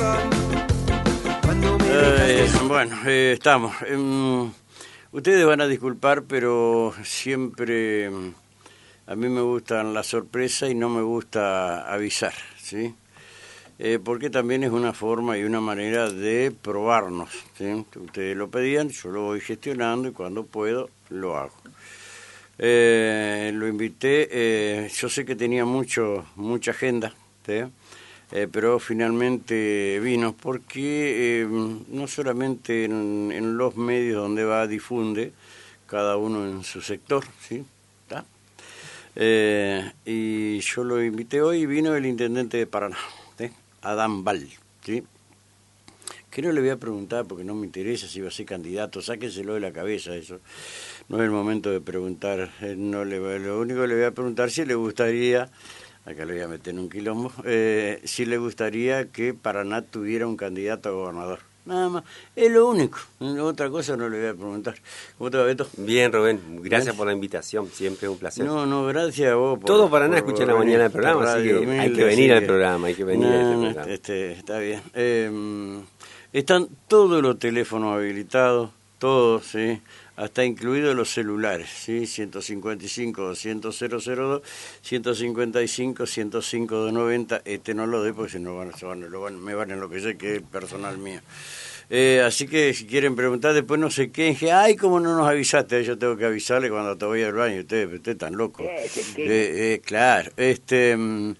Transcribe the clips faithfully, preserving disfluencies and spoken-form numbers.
Eh, bueno, eh, estamos. Eh, ustedes van a disculpar, pero siempre eh, a mí me gustan las sorpresas y no me gusta avisar, ¿sí? Eh, porque también es una forma y una manera de probarnos, ¿sí? Ustedes lo pedían, yo lo voy gestionando y cuando puedo lo hago. Eh, lo invité, eh, yo sé que tenía mucho mucha agenda, ¿sí? Eh, pero finalmente vino porque eh, no solamente en, en los medios donde va difunde, cada uno en su sector, ¿sí? ¿Está? Eh, y yo lo invité hoy y vino el intendente de Paraná, ¿sí? Adán Val, ¿sí? Que no le voy a preguntar porque no me interesa si va a ser candidato, sáquenselo de la cabeza eso. No es el momento de preguntar, eh, no le voy, lo único que le voy a preguntar si le gustaría, acá le voy a meter en un quilombo, eh, si le gustaría que Paraná tuviera un candidato a gobernador. Nada más, es lo único, otra cosa no le voy a preguntar. ¿Cómo te va, Beto? Bien, Rubén, gracias ¿Bien? por la invitación, siempre es un placer. No, no, gracias a vos. Por, Todo Paraná por, escucha en la por mañana el programa, así que humilde, hay que venir al que, programa, hay que venir no, a este no, programa. Este, está bien. Eh, están todos los teléfonos habilitados, todos, ¿sí? Hasta incluidos los celulares, ¿sí? ciento cincuenta y cinco, doscientos, cero cero dos, ciento cincuenta y cinco, ciento cinco, doscientos noventa. Este no lo doy porque si no van, se van, lo van, me van a enloquecer, que es el personal mío. Eh, así que si quieren preguntar, después no sé qué, dije, ay, ¿cómo no nos avisaste? Yo tengo que avisarle cuando te voy al baño, ustedes, ustedes están locos. Eh, eh, claro, este...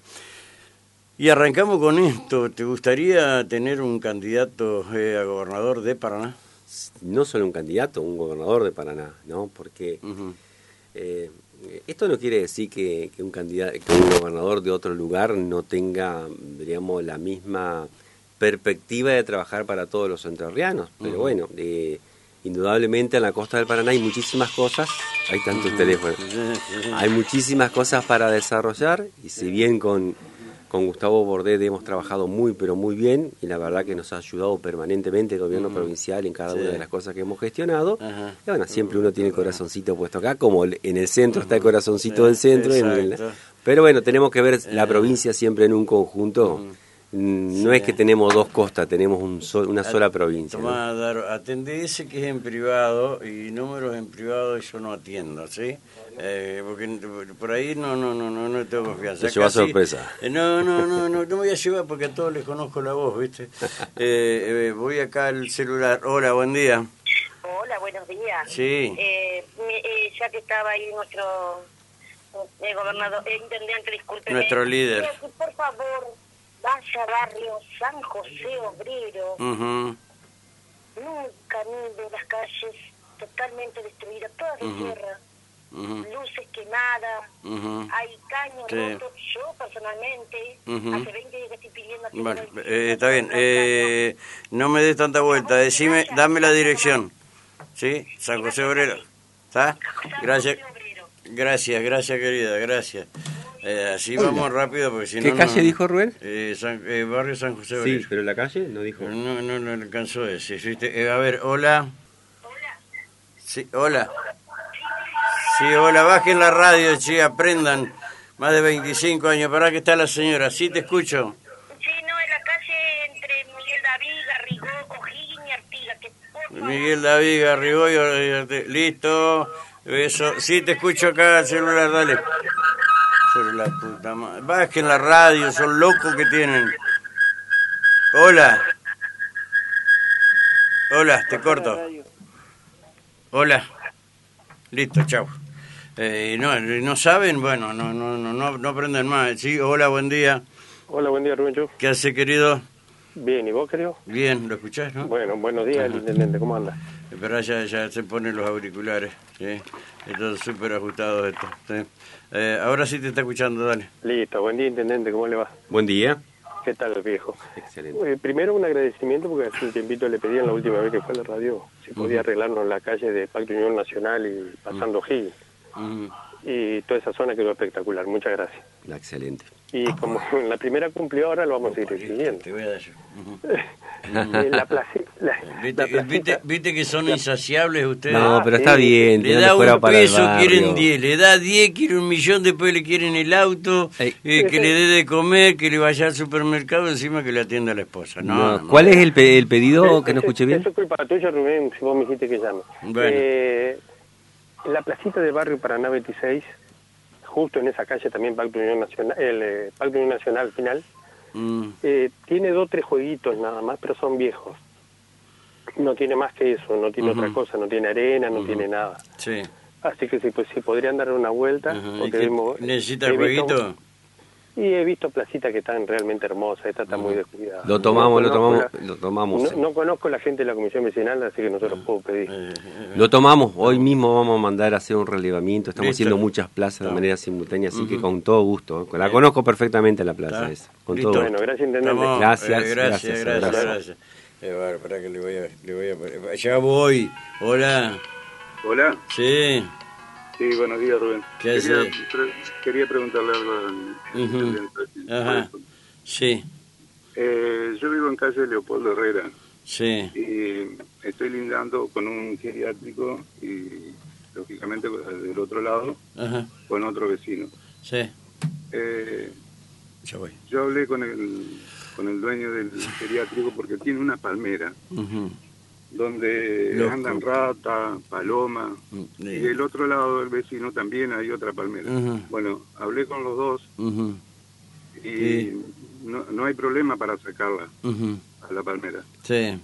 Y arrancamos con esto. ¿Te gustaría tener un candidato eh, a gobernador de Paraná? No solo un candidato, un gobernador de Paraná, ¿no? Porque uh-huh. eh, esto no quiere decir que, que un candidato, que un gobernador de otro lugar no tenga, digamos, la misma perspectiva de trabajar para todos los entrerrianos. Pero uh-huh. bueno, eh, indudablemente en la costa del Paraná hay muchísimas cosas, hay tantos uh-huh. teléfonos, hay muchísimas cosas para desarrollar y si bien con... Con Gustavo Bordet hemos trabajado muy, pero muy bien, y la verdad que nos ha ayudado permanentemente el gobierno uh-huh. provincial en cada sí. una de las cosas que hemos gestionado. Uh-huh. Y bueno, siempre uno tiene el corazoncito puesto acá, como en el centro uh-huh. está el corazoncito sí, del centro. En el, pero bueno, tenemos que ver la provincia siempre en un conjunto. Uh-huh. No sí. es que tenemos dos costas, tenemos un sol, una sola provincia. Tomá, ¿no? Dar, atendé ese que es en privado, y números en privado yo no atiendo, ¿sí? Eh, porque por ahí no no no no no tengo confianza. Te lleva sorpresa. Eh, no, no, no, no, no me voy a llevar porque a todos les conozco la voz, ¿viste? Eh, eh, voy acá al celular. Hola, buen día. Hola, buenos días. Sí. Eh, eh, ya que estaba ahí nuestro eh, gobernador, eh, intendente, disculpe. Nuestro líder. Eh, por favor, vaya a barrio San José Obrero. Uh-huh. Nunca mire las calles totalmente destruidas, todas de uh-huh. tierra. Uh-huh. Luces quemadas, uh-huh. hay caños sí. rotos. Yo personalmente, uh-huh. hace veinte días que estoy pidiendo... Bueno, eh, está bien, eh, no me des tanta vuelta, decime, dame la dirección, ¿sí? San José Obrero, ¿está? Gracias, gracias, gracias querida, gracias. Eh, así Hola. Vamos rápido porque si no... ¿Qué calle no, dijo Rubén? Eh, San, eh, barrio San José Obrero. Sí, pero la calle no dijo. No, no, no alcanzó ese, ¿viste? Eh, a ver, hola. Hola. Sí, hola. Sí, hola, bajen la radio, che, aprendan. Más de veinticinco años, ¿para qué está la señora? Sí, te escucho. Sí, no, en la calle entre Miguel David, Garrigó, O'Higgins y Artigas. Que, Miguel David, Garrigó y Artigas. Listo, eso. Sí, te escucho acá, el celular, dale. Sobre la puta madre. Bajen la radio, son locos que tienen. Hola. Hola, te corto. Hola. Listo, chau. Eh, no, no saben, bueno, no no no no no aprenden más. Sí, hola, buen día. Hola, buen día, Rubén. ¿Qué hace, querido? Bien, ¿y vos, querido? Bien, ¿lo escuchás, no? Bueno, buenos días, el intendente, ¿cómo anda? Pero ya, ya se ponen los auriculares, ¿sí? Esto es súper ajustado esto, ¿sí? Eh, ahora sí te está escuchando, dale. Listo, buen día, intendente, ¿cómo le va? Buen día. ¿Qué tal, viejo? Excelente. Eh, primero un agradecimiento porque hace un tiempito le pedí en la última vez que fue a la radio si podía uh-huh. arreglarnos la calle de Pacto Unión Nacional y pasando uh-huh. Higgins. Uh-huh. Y toda esa zona quedó espectacular, muchas gracias. Excelente. Y como la primera cumplió, ahora lo vamos a ir exigiendo. Te voy a dar yo. Eh, la placi- la- ¿Viste, la placita- viste, viste que son insaciables ustedes? No, pero sí. está bien. Le tirando da fuera un para el peso, barrio. quieren diez. Le da diez, quiere un millón, después le quieren el auto, Ey. eh, que le dé de comer, que le vaya al supermercado, encima que le atienda a la esposa. No, No, no, ¿Cuál no. es el, pe- el pedido que no Eso- escuché bien? Eso es culpa tuya, Rubén, si vos me dijiste que llame. Bueno. Eh, en la placita del barrio Paraná veintiséis, justo en esa calle también Pacto Unión Nacional, el eh, Pacto Unión Nacional final, Mm, eh, tiene dos o tres jueguitos nada más, pero son viejos. No tiene más que eso, no tiene Ujú. otra cosa, no tiene arena, no tiene nada. sí. Así que si, pues, si podrían dar una vuelta. Ajá. ¿Y porque qué- vimos- ¿Necesita he el visto- jueguito? Y he visto placitas que están realmente hermosas, esta está muy descuidada. Lo tomamos, No lo conozco tomamos, la- lo tomamos. No, no conozco la gente de la comisión vecinal, así que no se los puedo pedir. Eh, Lo tomamos, hoy mismo vamos a mandar a hacer un relevamiento, estamos Listo. haciendo muchas plazas de Está. manera simultánea, así que Ujú. con todo gusto. La Bien. conozco perfectamente la plaza ¿Está? esa, con Listo. todo Bueno, gusto. gracias, intendente. Estamos, Gracias, eh, gracias, gracias, gracias, abrazo. gracias. Eh, bueno, espera que le voy a, le voy a... Ya voy. Hola. Hola, Sí. sí, buenos días, Rubén. ¿Qué quería, hace? pre- quería preguntarle algo al Ujú. intendente, si Ajá. puede. Sí, Eh, yo vivo en calle Leopoldo Herrera sí. y estoy lindando con un geriátrico y, lógicamente, del otro lado, Ajá. con otro vecino. Sí. Eh, Ya voy. yo hablé con el, con el dueño del geriátrico porque tiene una palmera Ujú. donde Loco. andan rata, paloma, Mm, y eh. del otro lado del vecino también hay otra palmera. Ujú. Bueno, hablé con los dos Ujú. y Sí. no, no hay problema para sacarla Ujú. a la palmera. Sí.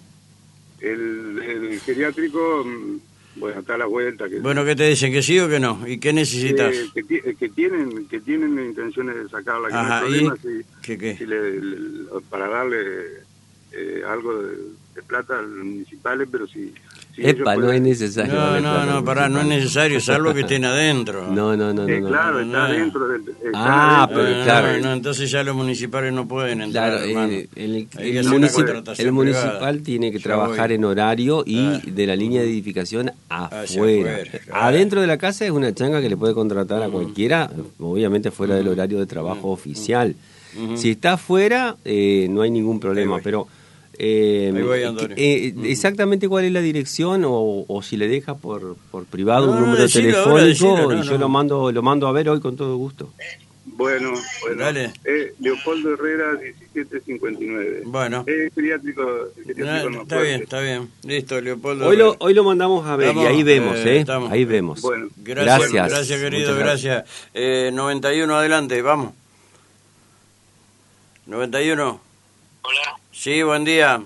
El, el geriátrico, mm, bueno, está a la vuelta. Que, Bueno, ¿qué te dicen? ¿Que sí o que no? ¿Y qué necesitas? que, que ti- que tienen que tienen intenciones de sacarla, que Ajá, no hay ¿y problema si, qué qué? si le- le- para darle eh, algo de, de plata a los municipales, pero si... si ellos Epa, no es pueden- necesario. No, darle no, plata no, al pará, no es municipal. necesario, salvo que estén adentro. No, no, no, Sí, no. no. claro, no, está no. dentro del... están Ah, adentro. pero no, claro. no, no, entonces ya los municipales no pueden entrar, Claro, hermano. el, el- Hay que el hacer una municip- contratación el municipal privada. tiene que Ya trabajar voy. en horario y Ah. de la línea de edificación Hacia afuera. afuera, claro. Adentro de la casa es una changa que le puede contratar a cualquiera, obviamente fuera del horario de trabajo oficial. Ujú. Si está afuera, eh, no hay ningún problema, voy. pero... eh, Ahí voy, Antonio. eh, exactamente cuál es la dirección o, o si le deja por, por privado No, un no, número decilo ahora, telefónico decilo, no, y yo no. lo mando lo mando a ver hoy con todo gusto. Bueno, bueno. Dale. Eh, Leopoldo Herrera, diecisiete cincuenta y nueve. Bueno. Es geriátrico, geriátrico No, no está fuerte. bien, está bien. Listo, Leopoldo. Hoy lo, hoy lo mandamos a ver Estamos, y ahí vemos, eh, ¿eh? estamos. Ahí vemos. Bueno. Gracias, Gracias. gracias, querido, Muchas gracias. Eh, noventa y uno, adelante, vamos. noventa y uno. Hola. Sí, buen día.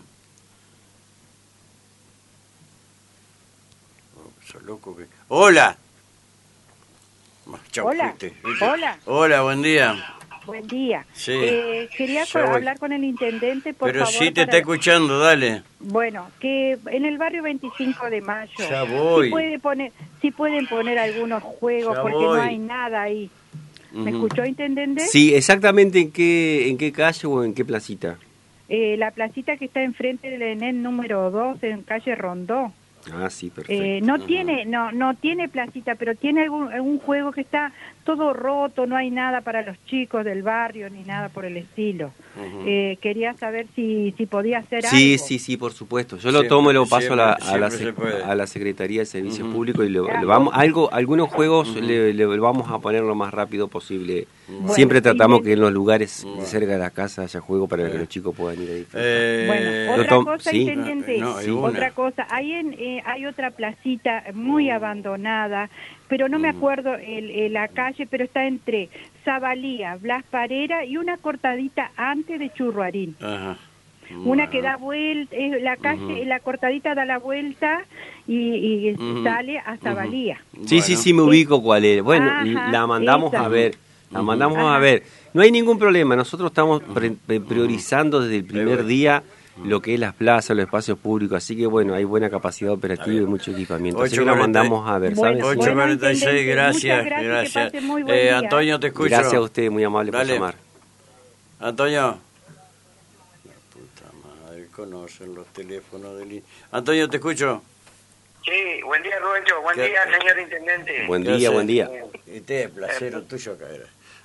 Oh, sos loco que... Hola. Bah, chau, Hola, fuiste, fuiste. hola. Hola, buen día. Buen día. Sí. Eh, quería Ya co- voy. hablar con el intendente, por Pero favor. sí te para- está escuchando, dale. Bueno, que en el barrio veinticinco de mayo. Ya voy. Si, puede poner, si pueden poner algunos juegos, Ya porque voy. no hay nada ahí. ¿Me Ujú. escuchó, intendente? Sí, exactamente en qué en qué calle o en qué placita. Eh, la placita que está enfrente del ENEN número dos, en calle Rondó. Ah, sí, perfecto. Eh, no tiene no no tiene placita, pero tiene algún, algún juego que está todo roto, no hay nada para los chicos del barrio ni nada por el estilo. Ujú. Eh, quería saber si si podía hacer Sí, algo. sí, sí, por supuesto. Yo lo Siempre, tomo y lo paso a la, siempre, a la, siempre se puede. a la Secretaría de Servicios Ujú. Públicos y le, Claro. le vamos algo algunos juegos le, le vamos a poner lo más rápido posible. Bueno, Siempre tratamos intent- que en los lugares Bueno. cerca de la casa haya juego para que Eh. los chicos puedan ir a disfrutar. Eh, Bueno, Lo otra tom- cosa, sí. intendente, No, hay sí. una. otra cosa, hay, en, eh, hay otra placita muy abandonada, pero no me acuerdo el, el- la calle, pero está entre Zabalía, Blas Parera y una cortadita antes de Churruarín. Ajá. Una que Bueno. da vuelta, eh, la calle, Ujú. la cortadita da la vuelta y, y Ujú. sale a Zabalía. Sí, sí, Bueno. sí, me ubico cuál es. Bueno, Ajá, la mandamos esa. a ver. La Ujú. mandamos Ajá. a ver. No hay ningún problema. Nosotros estamos pre- pre- priorizando desde el primer voy. día lo que es las plazas, los espacios públicos. Así que bueno, hay buena capacidad operativa y mucho equipamiento. Así que la ocho cuarenta. mandamos a ver. Bueno, ¿sabes? bueno. ocho cuarenta y seis, intendente, gracias, muchas gracias, que gracias. pase muy buen Eh, día. Antonio, te escucho. Gracias a usted, muy amable Dale. por llamar. Antonio. La puta madre, conocen los teléfonos del... in- Antonio, te escucho. Sí, buen día, Rubencho. Buen ¿Qué- día, señor intendente. Buen ¿Qué día, hace? buen día. Este es placero tuyo acá era.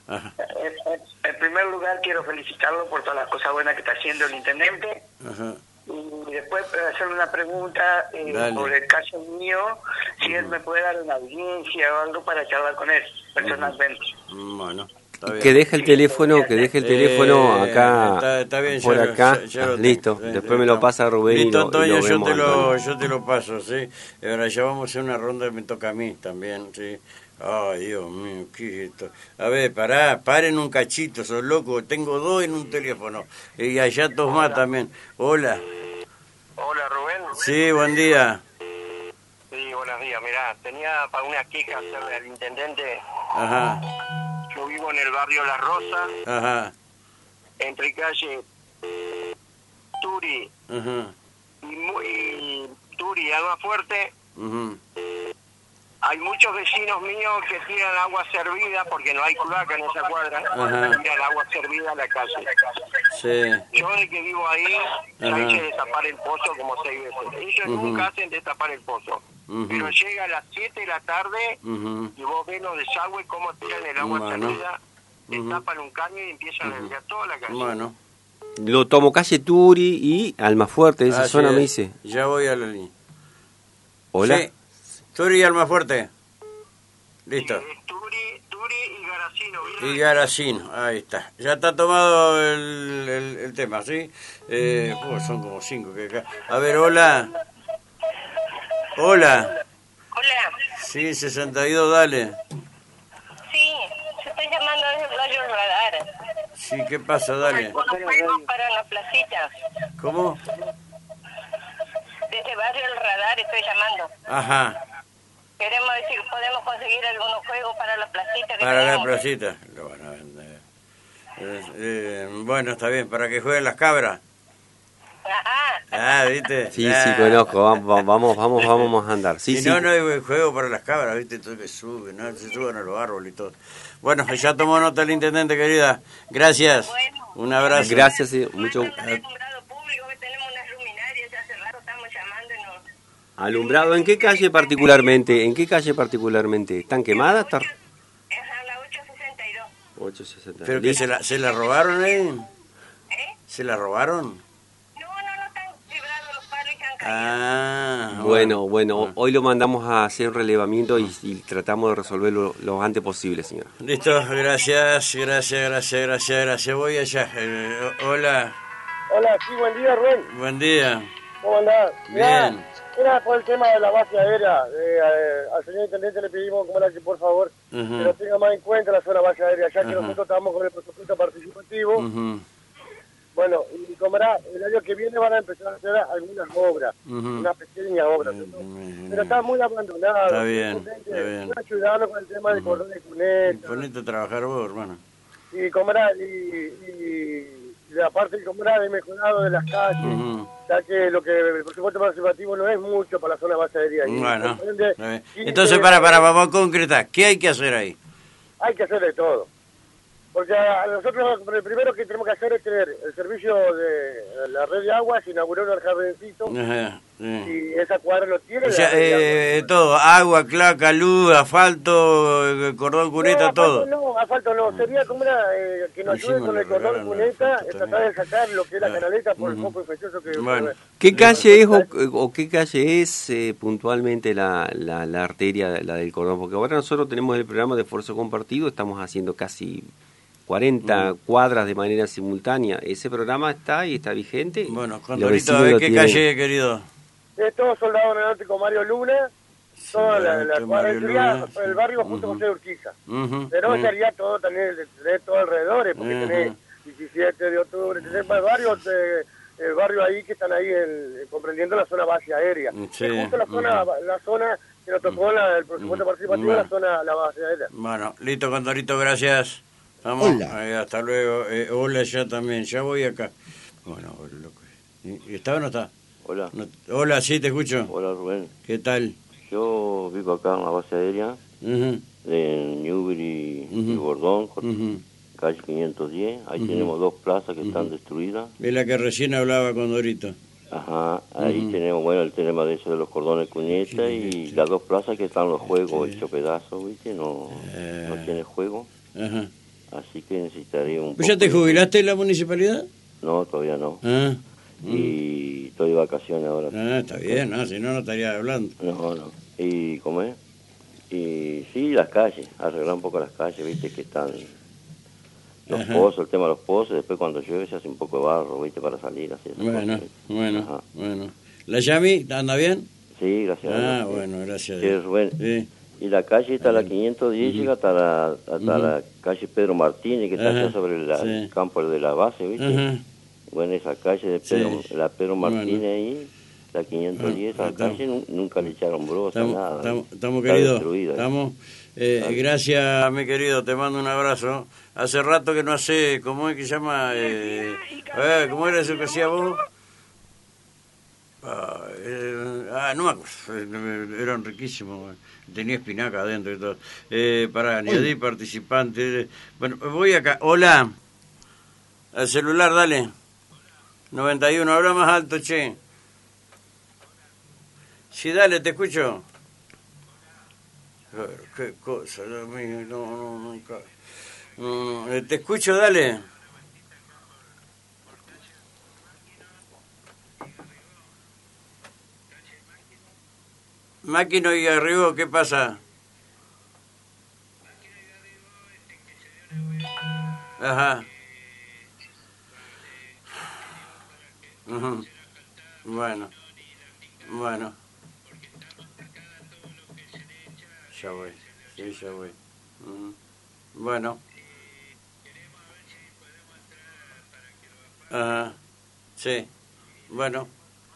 Ajá. En, en primer lugar, quiero felicitarlo por todas las cosas buenas que está haciendo el intendente. Ajá. Y después hacerle una pregunta eh, por el caso mío, si uh-huh. él me puede dar una audiencia o algo para charlar con él personalmente. Uh-huh. Bueno. Que deje el teléfono, que deje el teléfono eh, acá, está, está bien, por ya acá, lo, ya, ya lo ah, listo, tengo, después me lo pasa Rubén listo, y lo, Antonio, y lo yo, vemos, te lo, Antonio. yo te lo paso, sí, ahora ya vamos a hacer una ronda que me toca a mí también, sí. Ay, Dios mío, ¿qué es esto? A ver, pará, paren un cachito, sos loco, tengo dos en un teléfono, y allá dos más también. Hola. Hola, Rubén. Sí, buen día. Sí, buenos días, mirá, tenía para una queja hacerle al intendente. Ajá. Yo vivo en el barrio La Rosa, Ajá. entre calle Turi Ajá. y, y Turi y Almafuerte. Ajá. Hay muchos vecinos míos que tiran agua servida porque no hay cloaca en esa cuadra. Ajá. Tiran agua servida a la calle. Sí. Yo de que vivo ahí ya Ajá. hice destapar el pozo como seis veces. Ellos Uh-huh. nunca hacen destapar el pozo. Uh-huh. Pero llega a las siete de la tarde Uh-huh. y vos ves los desagües cómo tiran el agua Bueno. servida, Uh-huh. destapan un caño y empiezan a limpiar toda la calle. Bueno. Lo tomo calle Turi y Almafuerte, esa Ah, zona sí, me dice. Ya voy a la línea. Hola. Sí. Turi y Almafuerte. Listo. Sí, es Turi, Turi y Garacino. ¿Vieron? Y Garacino, ahí está. Ya está tomado el, el, el tema, ¿sí? Eh, oh, son como cinco que acá. A ver, hola. Hola. Hola. Sí, sesenta y dos, dale. Sí, yo estoy llamando desde el barrio Radar. Sí, ¿qué pasa? Dale. Unos juegos para la placita. ¿Cómo? Desde barrio El Radar estoy llamando. Ajá. Queremos ver si podemos conseguir algunos juegos para la placita. Que Para la tenemos. placita. Lo van a vender. Eh, eh, bueno, está bien. ¿Para que jueguen las cabras? Ajá. Ah, ¿viste? Sí, ah. sí, conozco, vamos, vamos, vamos, vamos a andar. Sí, si sí. no, no hay juego para las cabras, ¿viste? Todo que sube, ¿no? Se suben a los árboles y todo. Bueno, ya tomó nota el intendente, querida. Gracias. Bueno, un abrazo. Gracias, sí, mucho. Alumbrado público, que tenemos unas luminarias, hace rato estamos llamando y no... Alumbrado, ¿en qué calle particularmente? ¿En qué calle particularmente? ¿Están quemadas? ¿Están... Ajá, la ocho sesenta y dos. ocho sesenta. ¿Pero que se la, se la robaron, eh? ¿Eh? ¿Se la robaron? No, no, no están quebrados los palos y están caídos. Ah, Bueno, bueno, hoy lo mandamos a hacer un relevamiento y, y tratamos de resolverlo lo antes posible, señor. Listo, gracias, gracias, gracias, gracias, gracias. Voy allá. Eh, hola, Hola, sí, buen día, Rubén. buen día. ¿Cómo andás? Mirá, Bien. era por el tema de la base aérea. Eh, eh, al señor intendente le pedimos, como era que por favor, Ujú. que lo tenga más en cuenta la zona base aérea, ya que Ajá. nosotros estamos con el presupuesto participativo. Ujú, Bueno, y como era, el año que viene van a empezar a hacer algunas obras, ujú. unas pequeñas obras, Mm, ¿no? mm, Pero está muy abandonado. Está bien, Intendente, está bien. puede ayudarnos con el tema del Ujú. cordón de Y cuneta. ponete a trabajar vos, hermano. Y como era, y, y, y aparte como era de mejorado de las calles, Ujú. ya que lo que el presupuesto participativo no es mucho para la zona base aérea. Y Bueno, comprende está bien. quince Entonces, para, para, vamos a concretar. ¿Qué hay que hacer ahí? Hay que hacer de todo. Porque a nosotros lo primero que tenemos que hacer es tener el servicio de la red de agua, se inauguró un jardincito Ajá, sí. y esa cuadra lo tiene. O la sea, red de eh, agua. todo, agua, claca, luz, asfalto, eh, cordón cuneta, no, todo. asfalto no, asfalto no, sería como una, eh, que nos ayude Encima con le el cordón regalan el cuneta, asfalto tratar también. de sacar lo que es la Ah, canaleta por el ujú. foco infeccioso que... Bueno. ¿Qué calle es o, o qué calle es eh, puntualmente la, la, la arteria, la del cordón? Porque ahora nosotros tenemos el programa de esfuerzo compartido, estamos haciendo casi cuarenta Mm. cuadras de manera simultánea. ¿Ese programa está y está vigente? Bueno, Los Condorito, a vecinos ver lo qué tienen. calle, querido. Es todo soldado aeronáutico Mario Luna, toda la, la Soldado cuadra, Mario sería Luna, el sí. barrio justo Ujú. José Urquiza. Ujú, Pero ujú. sería todo también, tenés todo alrededor, porque Ujú. tenés diecisiete de octubre, tenés varios eh, eh, barrios ahí que están ahí en- comprendiendo la zona base aérea. Sí, Es justo la zona, ujú. la zona que nos tocó la, el presupuesto Ujú. participativo, Bueno. la zona, la base aérea. Bueno, listo, Condorito, gracias. Vamos, Hola. ahí, hasta luego. Eh, hola, ya también, ya voy acá. Bueno, loco. ¿Y- ¿Está o no está? Hola, No- hola, sí, te escucho. hola Rubén. ¿Qué tal? Yo vivo acá en la base aérea Ujú, de Newbery y Ujú. Gordón, ujú. calle quinientos diez. Ahí Ujú. tenemos dos plazas que están Ujú. destruidas. Es la que recién hablaba Condorito. Ajá, ahí Ujú. tenemos, bueno, el tema de eso de los cordones cuneta Sí, y sí. las dos plazas que están los juegos Sí. hechos pedazos, ¿viste? No, Eh. no tiene juego. Ajá. así que necesitaría un ¿Pues ya te jubilaste en la municipalidad? No, todavía no. Ah. Y estoy de vacaciones ahora. Ah, está bien, ¿no? Si no, no estaría hablando. No, no. ¿Y cómo es? Y sí, las calles, arreglar un poco las calles, viste, que están los Ajá. pozos, el tema de los pozos, después cuando llueve se hace un poco de barro, viste, para salir, así. Bueno, cosas, bueno, Ajá. bueno. ¿La Yami anda bien? Sí, gracias ah, a Dios. Ah, bueno, gracias a Dios. Sí, bueno. Sí. Y la calle está a la quinientos diez, uh-huh. llega hasta la, hasta uh-huh. la calle Pedro Martínez, que está Ajá. acá sobre la, sí. el campo de la base, viste. Ajá. Bueno, esa calle de Pedro, sí. la Pedro Martínez bueno. ahí, la quinientos diez, ah, esa calle estamos, nunca le echaron brosa, estamos, nada. Estamos, estamos queridos, estamos, eh, gracias, mi querido, te mando un abrazo. Hace rato que no hace, ¿cómo es que se llama? Eh, eh, ¿Cómo era eso que hacía vos? Ah, eh, ah, no me acuerdo, eran riquísimos, tenía espinaca adentro y todo. Eh, para añadir participantes. Bueno, voy acá. Hola, al celular, dale. noventa y uno, habla más alto, che. Sí, dale, te escucho. Qué cosa, no, no, nunca. No, no, te escucho, dale. Máquina y Arribó, ¿qué pasa? Ajá. Uh-huh. Bueno, bueno. Ya voy, sí, ya voy. Uh-huh. Bueno. Ajá. Sí, bueno.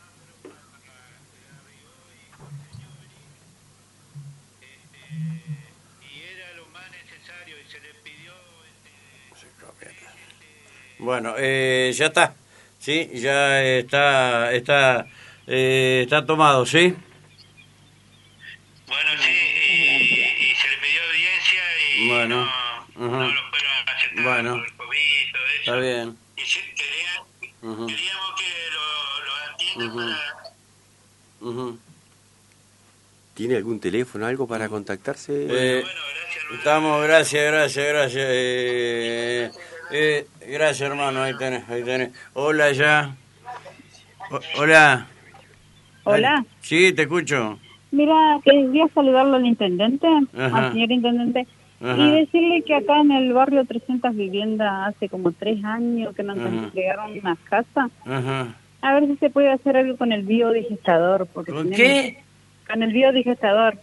Bueno, eh, ya está, sí, ya está, está, eh, está tomado, ¿sí? Bueno, sí, y, y se le pidió audiencia y bueno, no, uh-huh. no lo fueron a aceptar bueno, por el COVID y todo eso. Está bien. Y sí, querían, uh-huh. queríamos que lo, lo atiendan uh-huh. para... Uh-huh. ¿Tiene algún teléfono, algo para contactarse? Eh, bueno, gracias, estamos, gracias, gracias, gracias. Eh, eh, gracias, hermano, ahí tenés, ahí tenés. Hola, ya. O, hola. Hola. Ay, sí, te escucho. Mira, quería saludarlo al intendente, Ajá. al señor intendente, Ajá. y decirle que acá en el barrio trescientas viviendas hace como tres años que nos Ajá. entregaron unas casas. Ajá. A ver si se puede hacer algo con el biodigestador. Porque ¿Con qué? Con el biodigestador.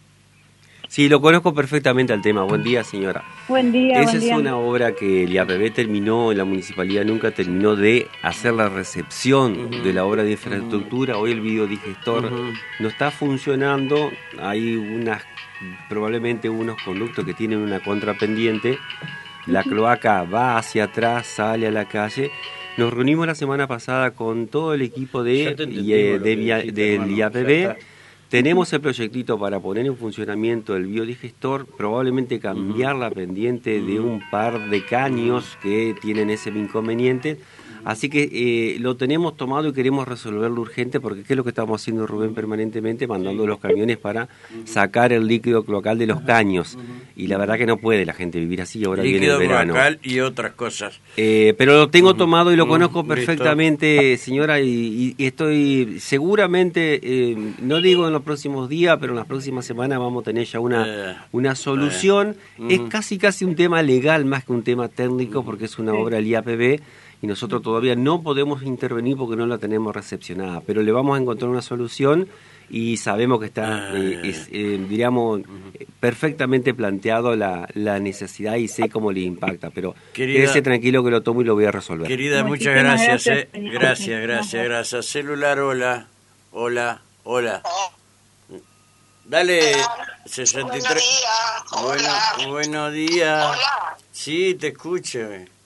Sí, lo conozco perfectamente al tema. Buen día, señora. Buen día, Esa buen es día. una obra que el I A P B terminó, la municipalidad nunca terminó de hacer la recepción uh-huh. de la obra de infraestructura. Uh-huh. Hoy el biodigestor uh-huh. no está funcionando. Hay unas, probablemente unos conductos que tienen una contrapendiente. La cloaca va hacia atrás, sale a la calle. Nos reunimos la semana pasada con todo el equipo de, de, de, de del I A P B. Tenemos el proyectito para poner en funcionamiento el biodigestor, probablemente cambiar uh-huh. la pendiente uh-huh. de un par de caños que tienen ese inconveniente. Así que eh, lo tenemos tomado y queremos resolverlo urgente, porque ¿qué es lo que estamos haciendo, Rubén, permanentemente? Mandando los camiones para sacar el líquido cloacal de los caños. Y la verdad que no puede la gente vivir así, ahora líquido viene el verano. Cloacal y otras cosas. Eh, pero lo tengo tomado y lo conozco perfectamente, señora, y, y estoy seguramente, eh, no digo en los próximos días, pero en las próximas semanas vamos a tener ya una, eh, una solución. Eh. Es casi casi un tema legal más que un tema técnico, porque es una obra del I A P B. Y nosotros todavía no podemos intervenir porque no la tenemos recepcionada, pero le vamos a encontrar una solución y sabemos que está, eh, es, eh, diríamos, perfectamente planteado la, la necesidad y sé cómo le impacta, pero querida, quédese tranquilo que lo tomo y lo voy a resolver. Querida, muchas gracias, gracias, eh. gracias, gracias, gracias. Celular, hola, hola, hola. Dale, sesenta y tres. Buenos días. Bueno, buenos días. Hola. Sí, te escucho.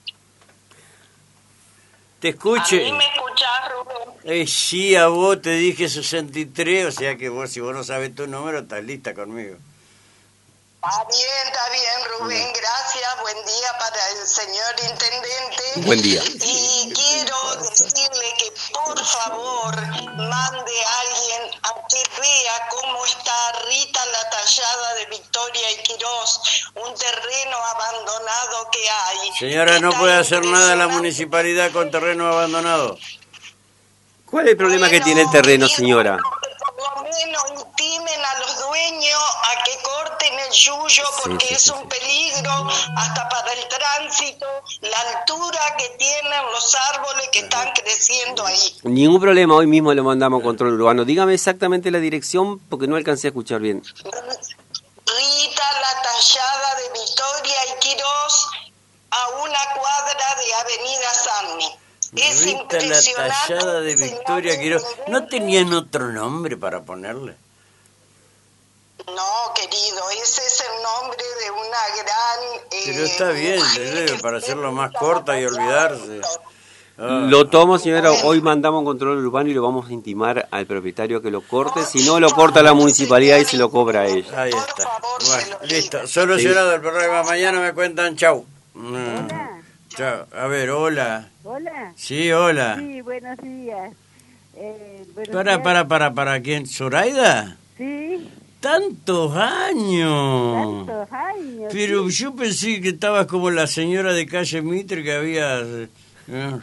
Te escuche. ¿A mí me escuchás, Rubén? Eh, sí, a vos te dije sesenta y tres, o sea que vos, si vos no sabes tu número, estás lista conmigo. Está bien, está bien, Rubén, gracias. Buen día para el señor intendente. Buen día. Y quiero decirle que por favor mande a alguien a que vea cómo está Rita la Tallada de Victoria y Quirós, un terreno abandonado que hay. Señora, no puede hacer nada la municipalidad con terreno abandonado. ¿Cuál es el problema bueno, que tiene el terreno, señora? Por lo menos intimen a los dueños a que corten el yuyo porque sí, sí, es un sí. peligro hasta para el tránsito, la altura que tienen los árboles que están creciendo ahí. Ningún problema, hoy mismo le mandamos a control urbano. Dígame exactamente la dirección porque no alcancé a escuchar bien. Rita la Tallada de Victoria y Quirós, a una cuadra de Avenida Sanmi. Es Rita la Tallada de Victoria Quirós. ¿No tenían otro nombre para ponerle? No, querido, ese es el nombre de una gran... Eh, Pero está bien, debe, para hacerlo más corta y olvidarse. Ah. Lo tomo, señora, hoy mandamos control urbano y lo vamos a intimar al propietario que lo corte. Si no, lo corta la municipalidad y se lo cobra a ella. Ahí está. Bueno, listo. Solucionado sí. el problema. Mañana me cuentan. Chau. Hola. Chao. A ver, hola. Hola. Sí, hola. Sí, buenos días. Eh, buenos para, días. para, para, para, ¿quién? ¿Zoraida? Sí. ¡Tantos años! Tantos años. Pero sí. yo pensé que estabas como la señora de calle Mitre que había... Eh,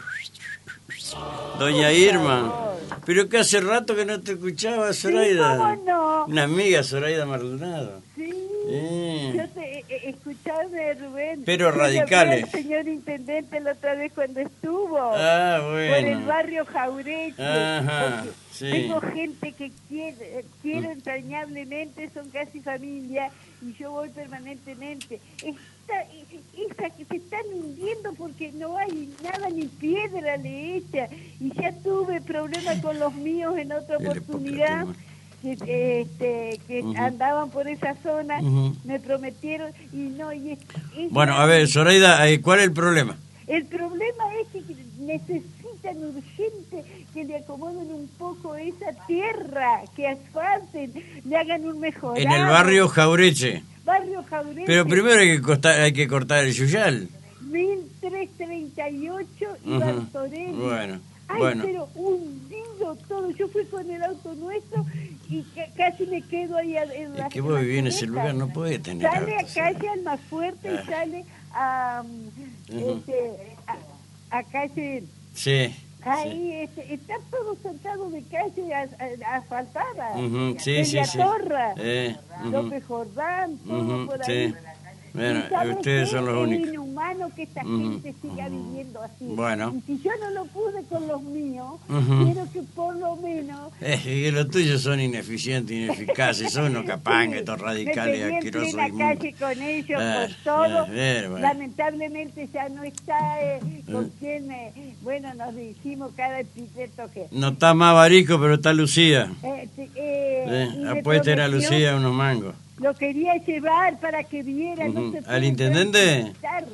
Doña Irma. Pero que hace rato que no te escuchaba, Zoraida. Sí, ¿cómo no? Una amiga, Zoraida Maldonado. Sí. Eh. Yo te eh, escuchaba, Rubén. Pero radicales. El señor intendente la otra vez cuando estuvo. Ah, bueno. Por el barrio Jaureche. Ajá, sí. Tengo gente que quiere, quiero entrañablemente, son casi familia, y yo voy permanentemente. Esta, esa que se están hundiendo porque no hay nada ni piedra le echa. Y ya tuve problemas con los míos en otra oportunidad. Que, este, que uh-huh. andaban por esa zona, uh-huh. me prometieron y no... Y es, es bueno, a ver, Zoraida, ¿cuál es el problema? El problema es que necesitan urgente que le acomoden un poco esa tierra, que asfalten, le hagan un mejorado. En el barrio Jaureche. Barrio Jaureche. Pero primero hay que cortar, hay que cortar el yuyal. mil trescientos treinta y ocho y uh-huh. Bartorelli. Bueno, Ay, bueno. pero hundido todo. Yo fui con el auto nuestro y c- casi me quedo ahí en la... Es que vos vivís en ese lugar, no puede tener Sale autos, a calle al más fuerte ah. y sale a, uh-huh. este, a, a calle... Sí. Ahí sí. Este, está todo soltado de calle asfaltada. Uh-huh. Sí, sí, sí. Torra, eh, uh-huh. López Jordán, todo uh-huh. por ahí. Sí. Bueno, ustedes son los únicos. Es inhumano que esta uh-huh. gente siga viviendo así. Bueno. Y si yo no lo pude con los míos, uh-huh. quiero que por lo menos... Es que los tuyos son ineficientes, ineficaces, son unos capangas, estos radicales, me asquerosos. Me en la calle con ellos, ah, con todo. Ah, bueno. Lamentablemente ya no está eh, con uh-huh. quien, eh, bueno, nos dijimos cada epíteto que... No está más Barico, pero está Lucía. Eh, eh, sí, apuesta era Lucía unos mangos. Lo quería llevar para que viera. Uh-huh. No se ¿Al intendente?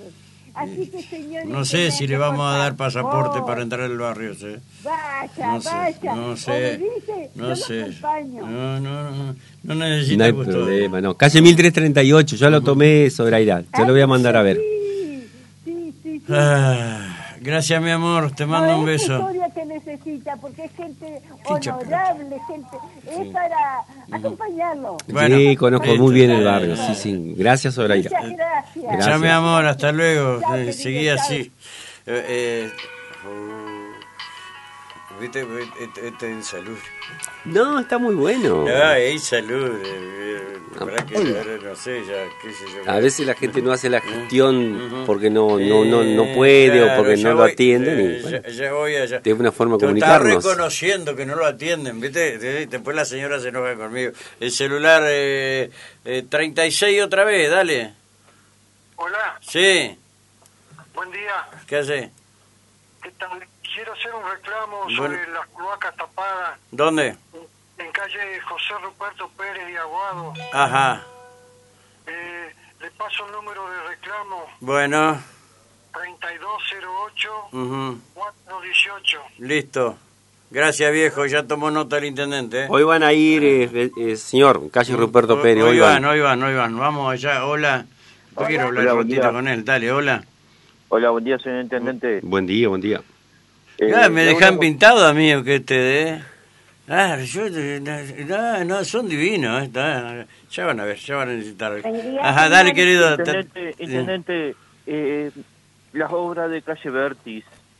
Así que, señor, no sé si le vamos a dar pasaporte oh. para entrar al barrio, ¿sí? Vaya, no sé, vaya. No sé, dice, no sé. No, no, no, no necesito. No hay problema, no. Calle mil trescientos treinta y ocho, ya lo tomé, Zoraida. Ya lo voy a mandar a ver. Sí, sí, sí. sí. Ah, gracias, mi amor, te mando no, un beso. Es la historia que necesita, porque es gente honorable, gente... Es sí. para acompañarlo. Bueno, sí, conozco muy bien el barrio, sí, sí. Gracias, Zoraida. Muchas gracias. gracias. Ya, mi amor, hasta luego. Ya, eh, seguí así. Eh, eh, ¿Viste? Este, este es salud. No, está muy bueno. No, es salud. Eh, para que, no sé, ya, qué sé yo. A veces la gente no hace la gestión uh-huh. porque no no no, no puede claro, o porque no voy, lo atienden. Eh, y, bueno, ya, ya voy allá. De una forma de Tú comunicarnos. Estás reconociendo que no lo atienden, ¿viste? Después la señora se enoja conmigo. El celular eh, eh, treinta y seis otra vez, dale. Hola. Sí. Buen día. ¿Qué hace? ¿Qué tal? Quiero hacer un reclamo bueno. sobre las cloacas tapadas. ¿Dónde? En calle José Ruperto Pérez de Aguado. Ajá. Eh, le paso el número de reclamo. Bueno. treinta y dos cero ocho, uh-huh. cuatro dieciocho. Listo. Gracias, viejo. Ya tomó nota el intendente. ¿eh? Hoy van a ir, eh, eh, señor, calle Ruperto Pérez. Hoy, hoy van, van, hoy van, hoy van. Vamos allá. Hola. Yo hola. quiero hablar hola, un ratito con él. Dale, hola. Hola, buen día, señor intendente. Buen día, buen día. Eh, ya, me dejan una... pintado a mí, ¿o qué te dé? Ah, yo, no, no, son divinos, ¿eh? Ya van a ver, ya van a necesitar. Ajá, dale, querido. Intendente, intendente eh, las obras de calle Vértiz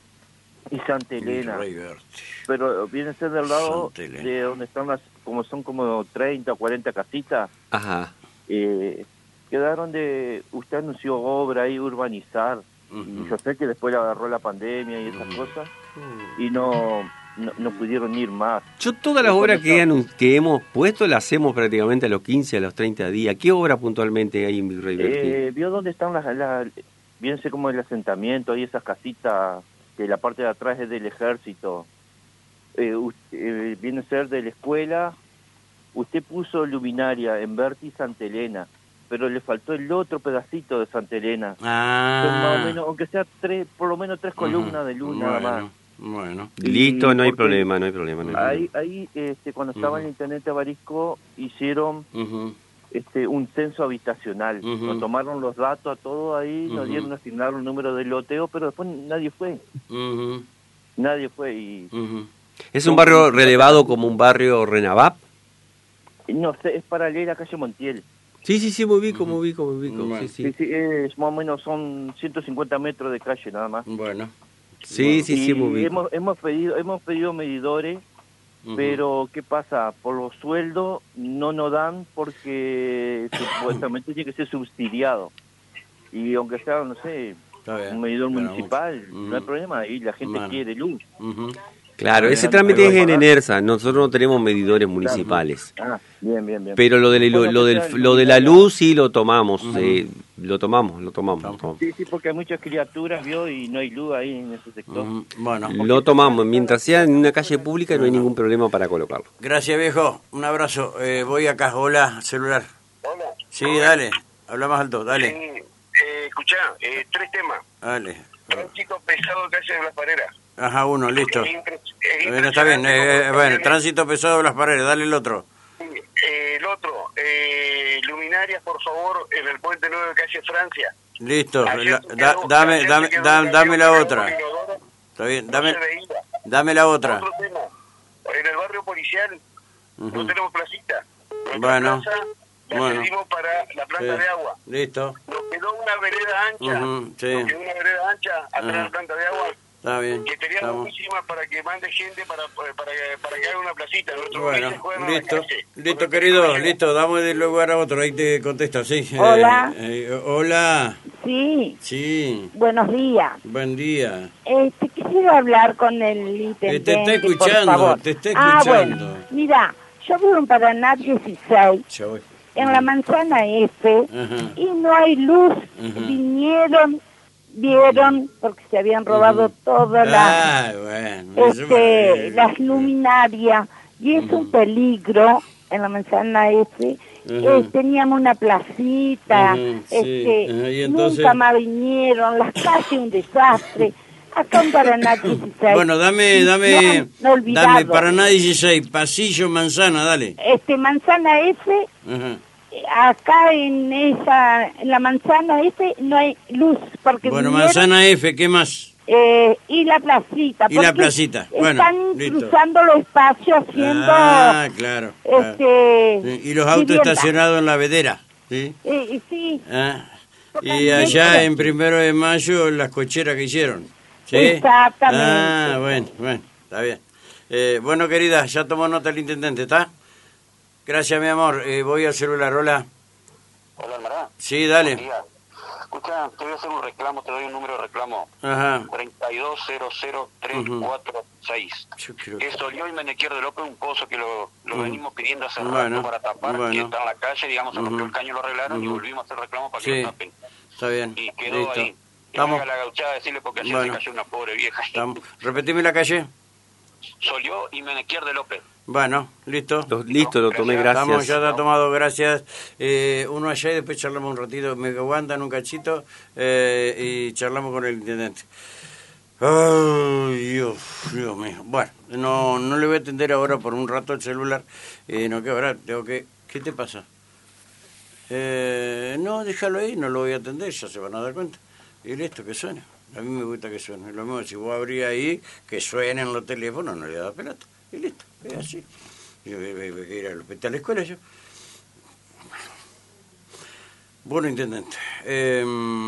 y Santa Elena, pero viene a ser del lado de donde están las, como son como treinta o cuarenta casitas. Ajá. Eh, quedaron de, usted anunció obra y urbanizar, uh-huh. y yo sé que después le agarró la pandemia y esas uh-huh. cosas, y no... No, no pudieron ir más. Yo todas las obras que, que hemos puesto las hacemos prácticamente a los quince, a los treinta días. ¿Qué obra puntualmente hay en Virrey Bertín? Eh, ¿Vio dónde están las... las Viénse como el asentamiento, hay esas casitas que la parte de atrás es del ejército. Eh, usted, eh, viene a ser de la escuela. Usted puso luminaria en Berti y Santa Elena, pero le faltó el otro pedacito de Santa Elena. Ah. Más o menos, aunque sea tres, por lo menos tres columnas uh-huh. de luz bueno. nada más. Bueno, listo, no hay problema, no hay problema. No hay ahí, ahí este, cuando estaba uh-huh. el intendente Barisco, hicieron uh-huh. este, un censo habitacional. Uh-huh. Nos tomaron los datos a todo ahí, uh-huh. nos dieron, nos asignaron el número del loteo, pero después nadie fue. Uh-huh. Nadie fue. y uh-huh. ¿Es un barrio relevado como un barrio Renavap? No sé, es paralela a calle Montiel. Sí, sí, sí, me ubico, me ubico, me ubico. Bueno. Sí, sí. Sí, sí, es más o menos son ciento cincuenta metros de calle nada más. Bueno. Sí, bueno, sí, sí, muy bien. Hemos, hemos pedido, hemos pedido medidores, uh-huh. pero ¿qué pasa? Por los sueldos no nos dan porque supuestamente tiene que ser subsidiado. Y aunque sea, no sé, un medidor bueno, municipal, uh-huh. no hay problema, y la gente bueno. quiere luz. Uh-huh. Claro, ese trámite es en ENERSA, nosotros no tenemos medidores municipales. Ah, bien, bien, bien. Pero lo de, lo, lo, del, lo de la luz sí lo tomamos, uh-huh. eh, lo tomamos, lo tomamos, lo tomamos. Sí, sí, porque hay muchas criaturas, vio, y no hay luz ahí en ese sector. Uh-huh. Bueno, lo tomamos, mientras sea en una calle pública uh-huh. no hay ningún problema para colocarlo. Gracias, viejo, un abrazo. Eh, voy acá, hola, celular. Hola. Sí, dale, habla más alto, dale. Sí, eh, escuchá, eh, tres temas. Dale. Tránsito pesado calle de Blas Paredes. Ajá, uno, listo. Es impre- es bueno, está bien. Eh, bueno, tránsito pesado de Blas Paredes, dale el otro. Eh, el otro, eh, luminarias, por favor, en el puente nuevo de calle Francia. Listo, la, da, dame, dame, dame, dame la otra. Está bien, dame, dame la otra. Otro tema, en el barrio policial uh-huh. no tenemos placita. Nuestra bueno, plaza la bueno. pedimos para la planta sí. de agua. Listo. Nos quedó una vereda ancha, uh-huh. sí. nos quedó una vereda ancha atrás uh-huh. de la planta de agua. Está bien. Que sería muchísima para que mande gente para para, para, para que haga una placita. Nuestro bueno, listo, listo querido, listo, damos de lugar a otro, ahí te contesta, sí. Hola. Eh, eh, hola. Sí. Sí. Buenos días. Buen día. Este, quisiera hablar con el intendente, Te está escuchando, por favor. te está escuchando. Ah, bueno, mira, yo vivo en Paraná dieciséis, yo en la manzana F, uh-huh. y no hay luz, uh-huh. vinieron... vieron porque se habían robado uh-huh. todas las ah, bueno, este, las luminarias y es uh-huh. un peligro en la manzana F. Uh-huh. eh, teníamos una placita, uh-huh. este, sí. uh-huh. ¿Y entonces? Nunca más vinieron, las calles un desastre. Acá en Paraná dieciséis. Bueno, dame, dame, no, no dame Paraná dieciséis, pasillo manzana, dale. Este, manzana F. Uh-huh. Acá en esa, en la manzana F no hay luz porque bueno, vinieron, manzana F, ¿qué más? Eh, y la placita. Y la placita, bueno, están listo. cruzando los espacios haciendo... Ah, claro. Este, claro. Y los autos vivienda. Estacionados en la vedera, ¿sí? Eh, sí. Ah, y allá en Primero de Mayo las cocheras que hicieron, ¿sí? Exactamente. Ah, bueno, bueno, está bien. Eh, bueno, querida, ya tomó nota el intendente, ¿está? Gracias, mi amor. Eh, voy al celular. Hola. Hola, Almará. Sí, dale. Escucha, te voy a hacer un reclamo, te doy un número de reclamo. Ajá. treinta y dos cero cero tres cuatro seis. Uh-huh. Que Solió y Menequier de López, un pozo que lo, lo uh-huh. venimos pidiendo hace bueno, rato para tapar, bueno. que está en la calle, digamos, se rompió uh-huh. el caño, lo arreglaron uh-huh. y volvimos a hacer reclamo para que sí. lo tapen. Está bien. Y quedó listo. ahí. Estamos. A la gauchada decirle porque ayer bueno. se cayó una pobre vieja. Estamos. Repetime la calle. Solió y Menequier de López. Bueno, listo. Lo, listo, lo tomé, gracias. Estamos, ya está tomado, gracias. Eh, uno allá y después charlamos un ratito. Me aguantan un cachito eh, y charlamos con el intendente. Ay, Dios, Dios mío. Bueno, no no le voy a atender ahora por un rato el celular. Eh, no, que ahora tengo que... ¿Qué te pasa? Eh, no, déjalo ahí, no lo voy a atender, ya se van a dar cuenta. Y listo, que suene. A mí me gusta que suene. Lo mismo, si vos abrís ahí, que suenen los teléfonos, no le da pelota. Y listo. es así. Yo que ir al hospital, a la escuela, yo. Bueno, intendente, eh,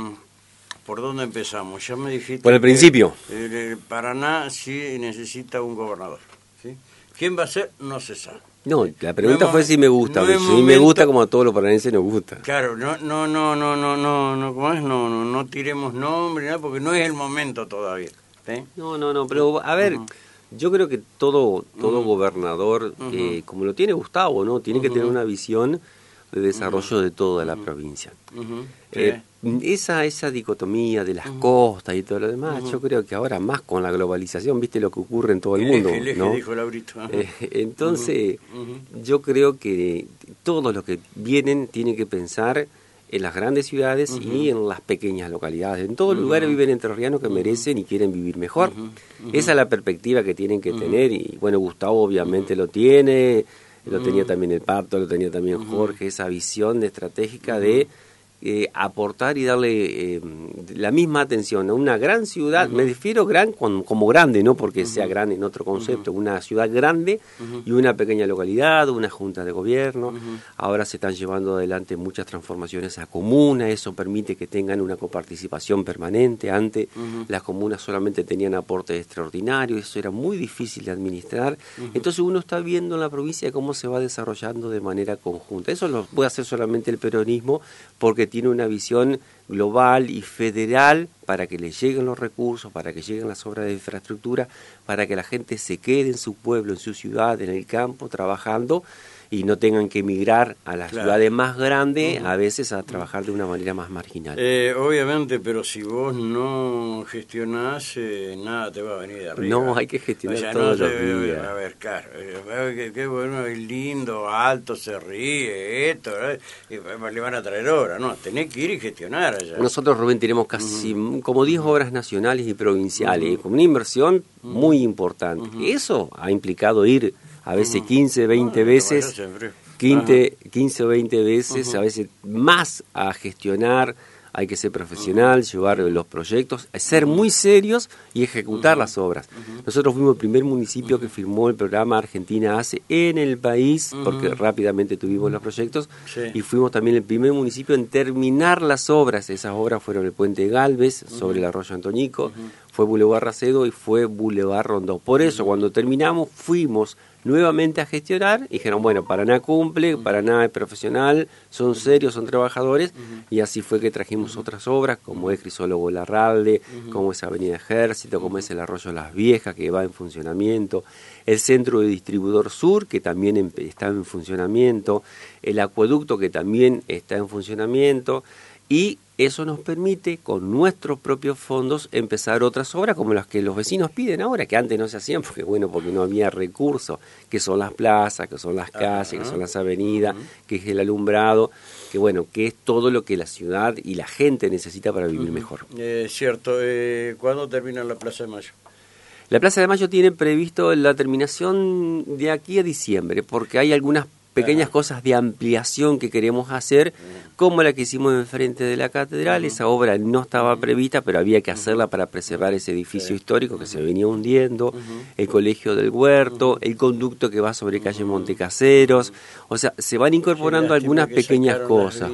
¿por dónde empezamos? Ya me dijiste... Por el principio. Que, eh, Paraná sí necesita un gobernador, ¿sí? ¿Quién va a ser? No se sabe. No, la pregunta no fue si me gusta, no si momento, me gusta como a todos los paranaenses nos gusta. Claro, no, no, no, no, no, no, no, ¿cómo es? No, no, no tiremos nombre, nada, porque no es el momento todavía, ¿sí? No, no, no, pero a ver... Uh-huh. Yo creo que todo todo uh-huh. gobernador, uh-huh. eh, como lo tiene Gustavo, ¿no? Tiene uh-huh. que tener una visión de desarrollo uh-huh. de toda la uh-huh. provincia. Uh-huh. Eh, sí. esa esa dicotomía de las uh-huh. costas y todo lo demás, uh-huh. yo creo que ahora más con la globalización, viste lo que ocurre en todo el, el mundo, eje, el eje, ¿no? Dijo Laurito. Eh, entonces, uh-huh. Uh-huh. yo creo que todos los que vienen tienen que pensar en las grandes ciudades uh-huh. y en las pequeñas localidades. En todos uh-huh. lugares viven entrerrianos que uh-huh. merecen y quieren vivir mejor. Uh-huh. Uh-huh. Esa es la perspectiva que tienen que uh-huh. tener y bueno, Gustavo obviamente uh-huh. lo tiene, lo uh-huh. tenía también el Pato, lo tenía también uh-huh. Jorge, esa visión estratégica uh-huh. de eh, aportar y darle eh, la misma atención a una gran ciudad, uh-huh. me refiero gran como, como grande, no porque uh-huh. sea grande en otro concepto, uh-huh. una ciudad grande uh-huh. y una pequeña localidad, una junta de gobierno. Uh-huh. Ahora se están llevando adelante muchas transformaciones a comunas, eso permite que tengan una coparticipación permanente. Antes uh-huh. las comunas solamente tenían aportes extraordinarios, eso era muy difícil de administrar. Uh-huh. Entonces uno está viendo en la provincia cómo se va desarrollando de manera conjunta. Eso lo puede hacer solamente el peronismo porque tiene una visión global y federal para que le lleguen los recursos, para que lleguen las obras de infraestructura, para que la gente se quede en su pueblo, en su ciudad, en el campo, trabajando y no tengan que emigrar a las claro. ciudades más grandes, uh-huh. a veces a trabajar de una manera más marginal. Eh, obviamente, pero si vos no gestionás, eh, nada te va a venir de arriba. No, hay que gestionar o sea, todos no los se, días. A ver, claro, qué, qué bueno, es lindo, alto, se ríe, esto, eh, le van a traer obras, no, tenés que ir y gestionar allá. Nosotros, Rubén, tenemos casi uh-huh. como diez obras nacionales y provinciales, uh-huh. con una inversión uh-huh. muy importante. Uh-huh. Eso ha implicado ir a veces quince, veinte veces, quince, quince o veinte veces, uh-huh. a veces más a gestionar, hay que ser profesional, uh-huh. llevar los proyectos, ser muy serios y ejecutar uh-huh. las obras. Uh-huh. Nosotros fuimos el primer municipio uh-huh. que firmó el programa Argentina Hace en el país, uh-huh. porque rápidamente tuvimos los proyectos, sí. y fuimos también el primer municipio en terminar las obras. Esas obras fueron el Puente Galvez, uh-huh. sobre el arroyo Antoñico, uh-huh. fue Boulevard Racedo y fue Boulevard Rondó. Por eso, uh-huh. cuando terminamos, fuimos nuevamente a gestionar y dijeron, bueno, Paraná cumple, uh-huh. Paraná es profesional, son serios, son trabajadores, uh-huh. y así fue que trajimos uh-huh. otras obras, como es Crisólogo Larralde, uh-huh. como es Avenida Ejército, como es el Arroyo Las Viejas, que va en funcionamiento, el Centro de Distribuidor Sur, que también en, está en funcionamiento, el acueducto, que también está en funcionamiento, y eso nos permite, con nuestros propios fondos, empezar otras obras como las que los vecinos piden ahora, que antes no se hacían, porque bueno, porque no había recursos, que son las plazas, que son las calles, uh-huh. que son las avenidas, uh-huh. que es el alumbrado, que bueno, que es todo lo que la ciudad y la gente necesita para vivir uh-huh. mejor. Eh, cierto, eh, ¿cuándo termina la Plaza de Mayo? La Plaza de Mayo tiene previsto la terminación de aquí a diciembre, porque hay algunas pequeñas cosas de ampliación que queremos hacer, como la que hicimos enfrente de la catedral. Esa obra no estaba prevista, pero había que hacerla para preservar ese edificio histórico que se venía hundiendo, el Colegio del Huerto, el conducto que va sobre calle Montecaseros. O sea, se van incorporando algunas pequeñas cosas.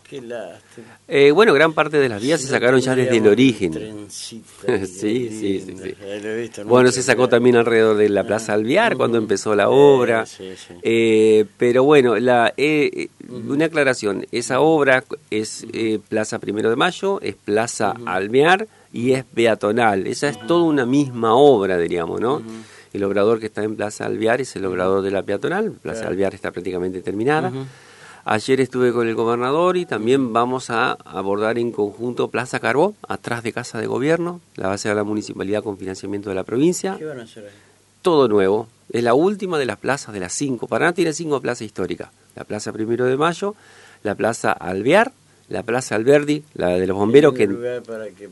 Eh, bueno, gran parte de las vías se sacaron ya desde el origen. sí, sí, sí, sí. Bueno, se sacó también alrededor de la Plaza Alvear cuando empezó la obra. Eh, pero bueno, la eh, una aclaración, esa obra es eh, Plaza Primero de Mayo, es Plaza Alvear y es peatonal. Esa es toda una misma obra, diríamos, ¿no? El obrador que está en Plaza Alvear es el obrador de la peatonal. Plaza Alvear está prácticamente terminada. Ayer estuve con el gobernador y también vamos a abordar en conjunto Plaza Carbó, atrás de Casa de Gobierno, la base de la municipalidad con financiamiento de la provincia. ¿Qué van a hacer ahí? Todo nuevo. Es la última de las plazas de las cinco. Paraná tiene cinco plazas históricas. La Plaza Primero de Mayo, la Plaza Alvear, la Plaza Alberdi, la de los bomberos. ¿Hay que lugar para que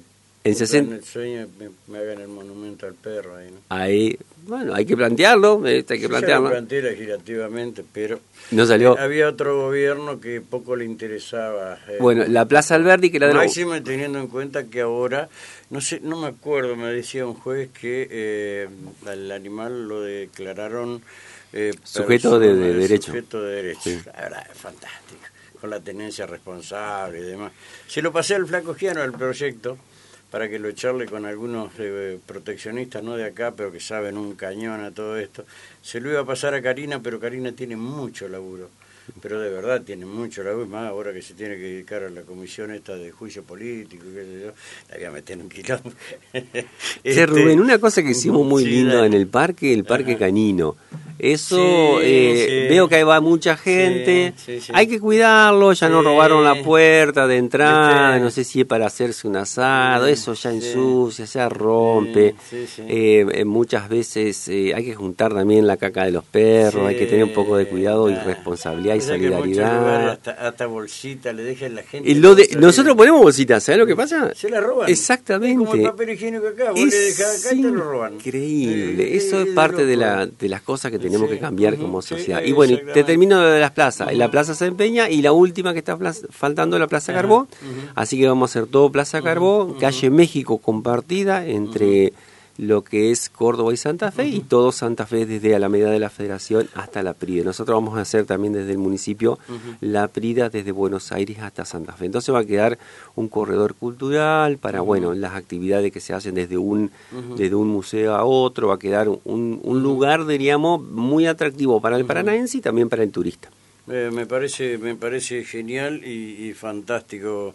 En sesenta... En el sueño me, me hagan el monumento al perro ahí, ¿no? Ahí, bueno, hay que plantearlo, este, hay que sí, plantearlo. Yo lo planteé legislativamente, pero no salió. Eh, había otro gobierno que poco le interesaba. Eh, bueno, la Plaza Alberdi, que era de la... Máximo teniendo en cuenta que ahora, no sé, no me acuerdo, me decía un juez que eh, al animal lo declararon... Eh, sujeto de, de derecho. Sujeto de derecho, sí. La verdad, es fantástico, con la tenencia responsable y demás. Se lo pasé al Flaco Giano, al proyecto, para que lo charle con algunos eh, proteccionistas, no de acá, pero que saben un cañón a todo esto. Se lo iba a pasar a Karina, pero Karina tiene mucho laburo, pero de verdad tiene mucho laburo, más ahora que se tiene que dedicar a la comisión esta de juicio político, qué sé yo, la voy a meter en un quilombo. este, este, Rubén, una cosa que hicimos muy sí, lindo dale. en el parque, el parque Ajá. canino. Eso, sí, eh, sí. veo que ahí va mucha gente, sí, sí, sí. hay que cuidarlo, ya sí. nos robaron la puerta de entrada, sí. no sé si es para hacerse un asado, sí. eso ya sí. ensucia, ya rompe, sí, sí, sí. Eh, muchas veces eh, hay que juntar también la caca de los perros, sí. hay que tener un poco de cuidado y responsabilidad y solidaridad. Hasta, hasta bolsita le dejan a la gente. Y lo de, nosotros ponemos bolsitas, ¿sabes lo que pasa? Se la roban. Exactamente. Es como el papel higiénico acá, vos es le dejás acá y te lo roban. Increíble, eh, eso eh, es parte loco. de, la, de las cosas que tenemos sí. que cambiar uh-huh. como sociedad. Sí, y bueno, te termino de las plazas. Uh-huh. La plaza se empeña y la última que está plaza, faltando la Plaza uh-huh. Carbó. Uh-huh. Así que vamos a hacer todo Plaza uh-huh. Carbó, uh-huh. calle México compartida entre... Uh-huh. lo que es Córdoba y Santa Fe, uh-huh. y todo Santa Fe desde Alameda de la Federación hasta La Prida. Nosotros vamos a hacer también desde el municipio uh-huh. La Prida desde Buenos Aires hasta Santa Fe. Entonces va a quedar un corredor cultural para, uh-huh. bueno, las actividades que se hacen desde un uh-huh. desde un museo a otro, va a quedar un, un uh-huh. lugar, diríamos, muy atractivo para el uh-huh. paranaense y también para el turista. Eh, me parece me parece genial y, y fantástico,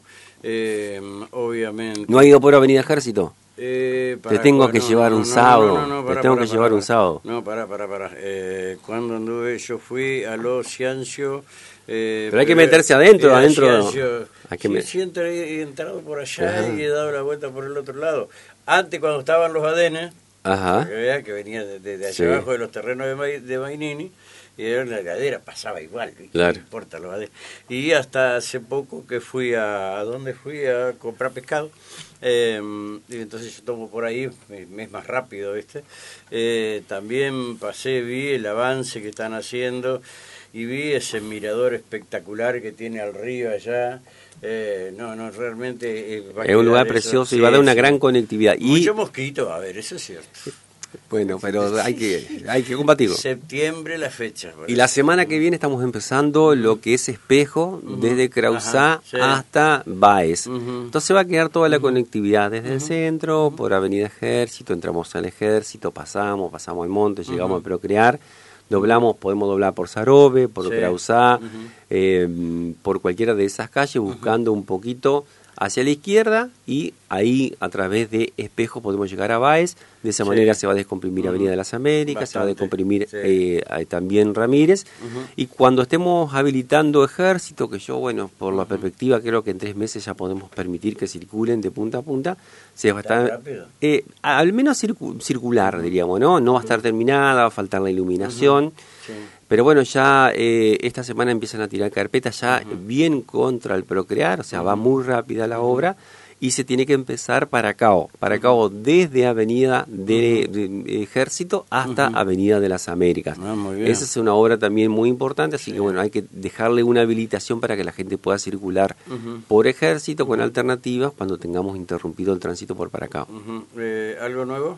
eh, obviamente. ¿No ha ido por Avenida Ejército? Eh, para, te tengo que no, llevar no, un no, sábado. No, no, no, para, te tengo para, que para, llevar para, un sábado. No, pará, pará, pará. Eh, cuando anduve, yo fui a los Ciancio. Eh, pero hay que meterse adentro, eh, adentro. Ciancio, hay que sí, me... sí entré, he entrado por allá Ajá. y he dado la vuelta por el otro lado. Antes, cuando estaban los adenes, Ajá. que, vea, que venía de, de, de allá sí. abajo de los terrenos de, Ma, de Mainini, y era una heladera, pasaba igual, claro. no importa los adenes. Y hasta hace poco que fui a, ¿a dónde fui? A comprar pescado. Eh, y entonces yo tomo por ahí, me es más rápido, ¿viste? Eh, también pasé, vi el avance que están haciendo y vi ese mirador espectacular que tiene al río allá. Eh, no, no, realmente... Eh, va es un lugar precioso eso. y sí, va a dar una sí. gran conectividad. Mucho y... mosquito, a ver, eso es cierto. Bueno, pero hay que hay que combatirlo. Septiembre la fecha. Y la semana que viene estamos empezando lo que es Espejo, uh-huh. desde Krausá Ajá, sí. hasta Baez. Uh-huh. Entonces va a quedar toda la uh-huh. conectividad desde uh-huh. el centro, uh-huh. por Avenida Ejército, entramos al Ejército, pasamos, pasamos al monte, llegamos uh-huh. a Procrear, doblamos, podemos doblar por Sarobe, por sí. Krausá, uh-huh. eh, por cualquiera de esas calles, buscando uh-huh. un poquito hacia la izquierda y ahí a través de Espejo podemos llegar a Baez. De esa sí. manera se va a descomprimir uh-huh. Avenida de las Américas, Bastante. se va a descomprimir sí. eh, también Ramírez. Uh-huh. Y cuando estemos habilitando Ejército, que yo, bueno, por uh-huh. la perspectiva creo que en tres meses ya podemos permitir que circulen de punta a punta, se va a estar, eh, al menos circu- circular, uh-huh. diríamos, ¿no? No va a estar terminada, va a faltar la iluminación. Uh-huh. Sí. Pero bueno, ya eh, esta semana empiezan a tirar carpetas ya uh-huh. bien contra el Procrear, o sea, uh-huh. va muy rápida la uh-huh. obra y se tiene que empezar para Cabo, para uh-huh. Cabo desde Avenida de, de, de Ejército hasta uh-huh. Avenida de las Américas. Ah, esa es una obra también muy importante, así sí. que bueno, hay que dejarle una habilitación para que la gente pueda circular uh-huh. por Ejército con uh-huh. alternativas cuando tengamos interrumpido el tránsito por para Cabo. Uh-huh. eh, ¿Algo nuevo?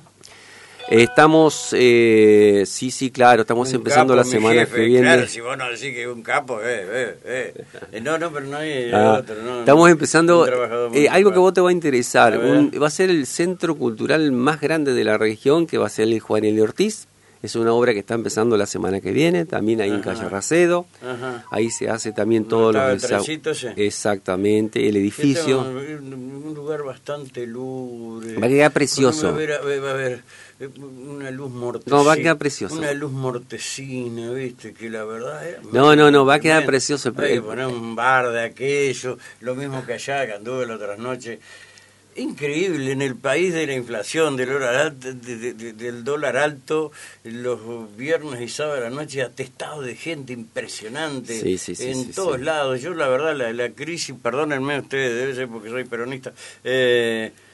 Estamos, eh, sí, sí, claro, estamos un empezando capo, la semana jefe, que viene. Claro, si vos no decís que es un capo, eh, eh, eh. No, no, pero no hay ah, otro. No, estamos no, empezando, eh, algo que vos te va a interesar. A un, va a ser el centro cultural más grande de la región, que va a ser el Juan L. Ortiz. Es una obra que está empezando la semana que viene, también ahí Ajá. en Calle Racedo. Ajá. Ahí se hace también todos los desagües. Exactamente, el edificio. Este es un, un lugar bastante lúgubre. Va a quedar precioso. Va a haber, va a haber una luz mortecina. No, va a quedar precioso. Una luz mortecina, ¿viste? Que la verdad era... No, no, no, va a quedar precioso. El... Hay que poner un bar de aquello, lo mismo que allá, que anduve la otra noche. Increíble, en el país de la inflación, del dólar alto, de, de, de, del dólar alto, los viernes y sábado a la noche atestado de gente impresionante, sí, sí, sí, en sí, todos sí. lados. Yo la verdad, la, la crisis, perdónenme ustedes, debe ser porque soy peronista, eh,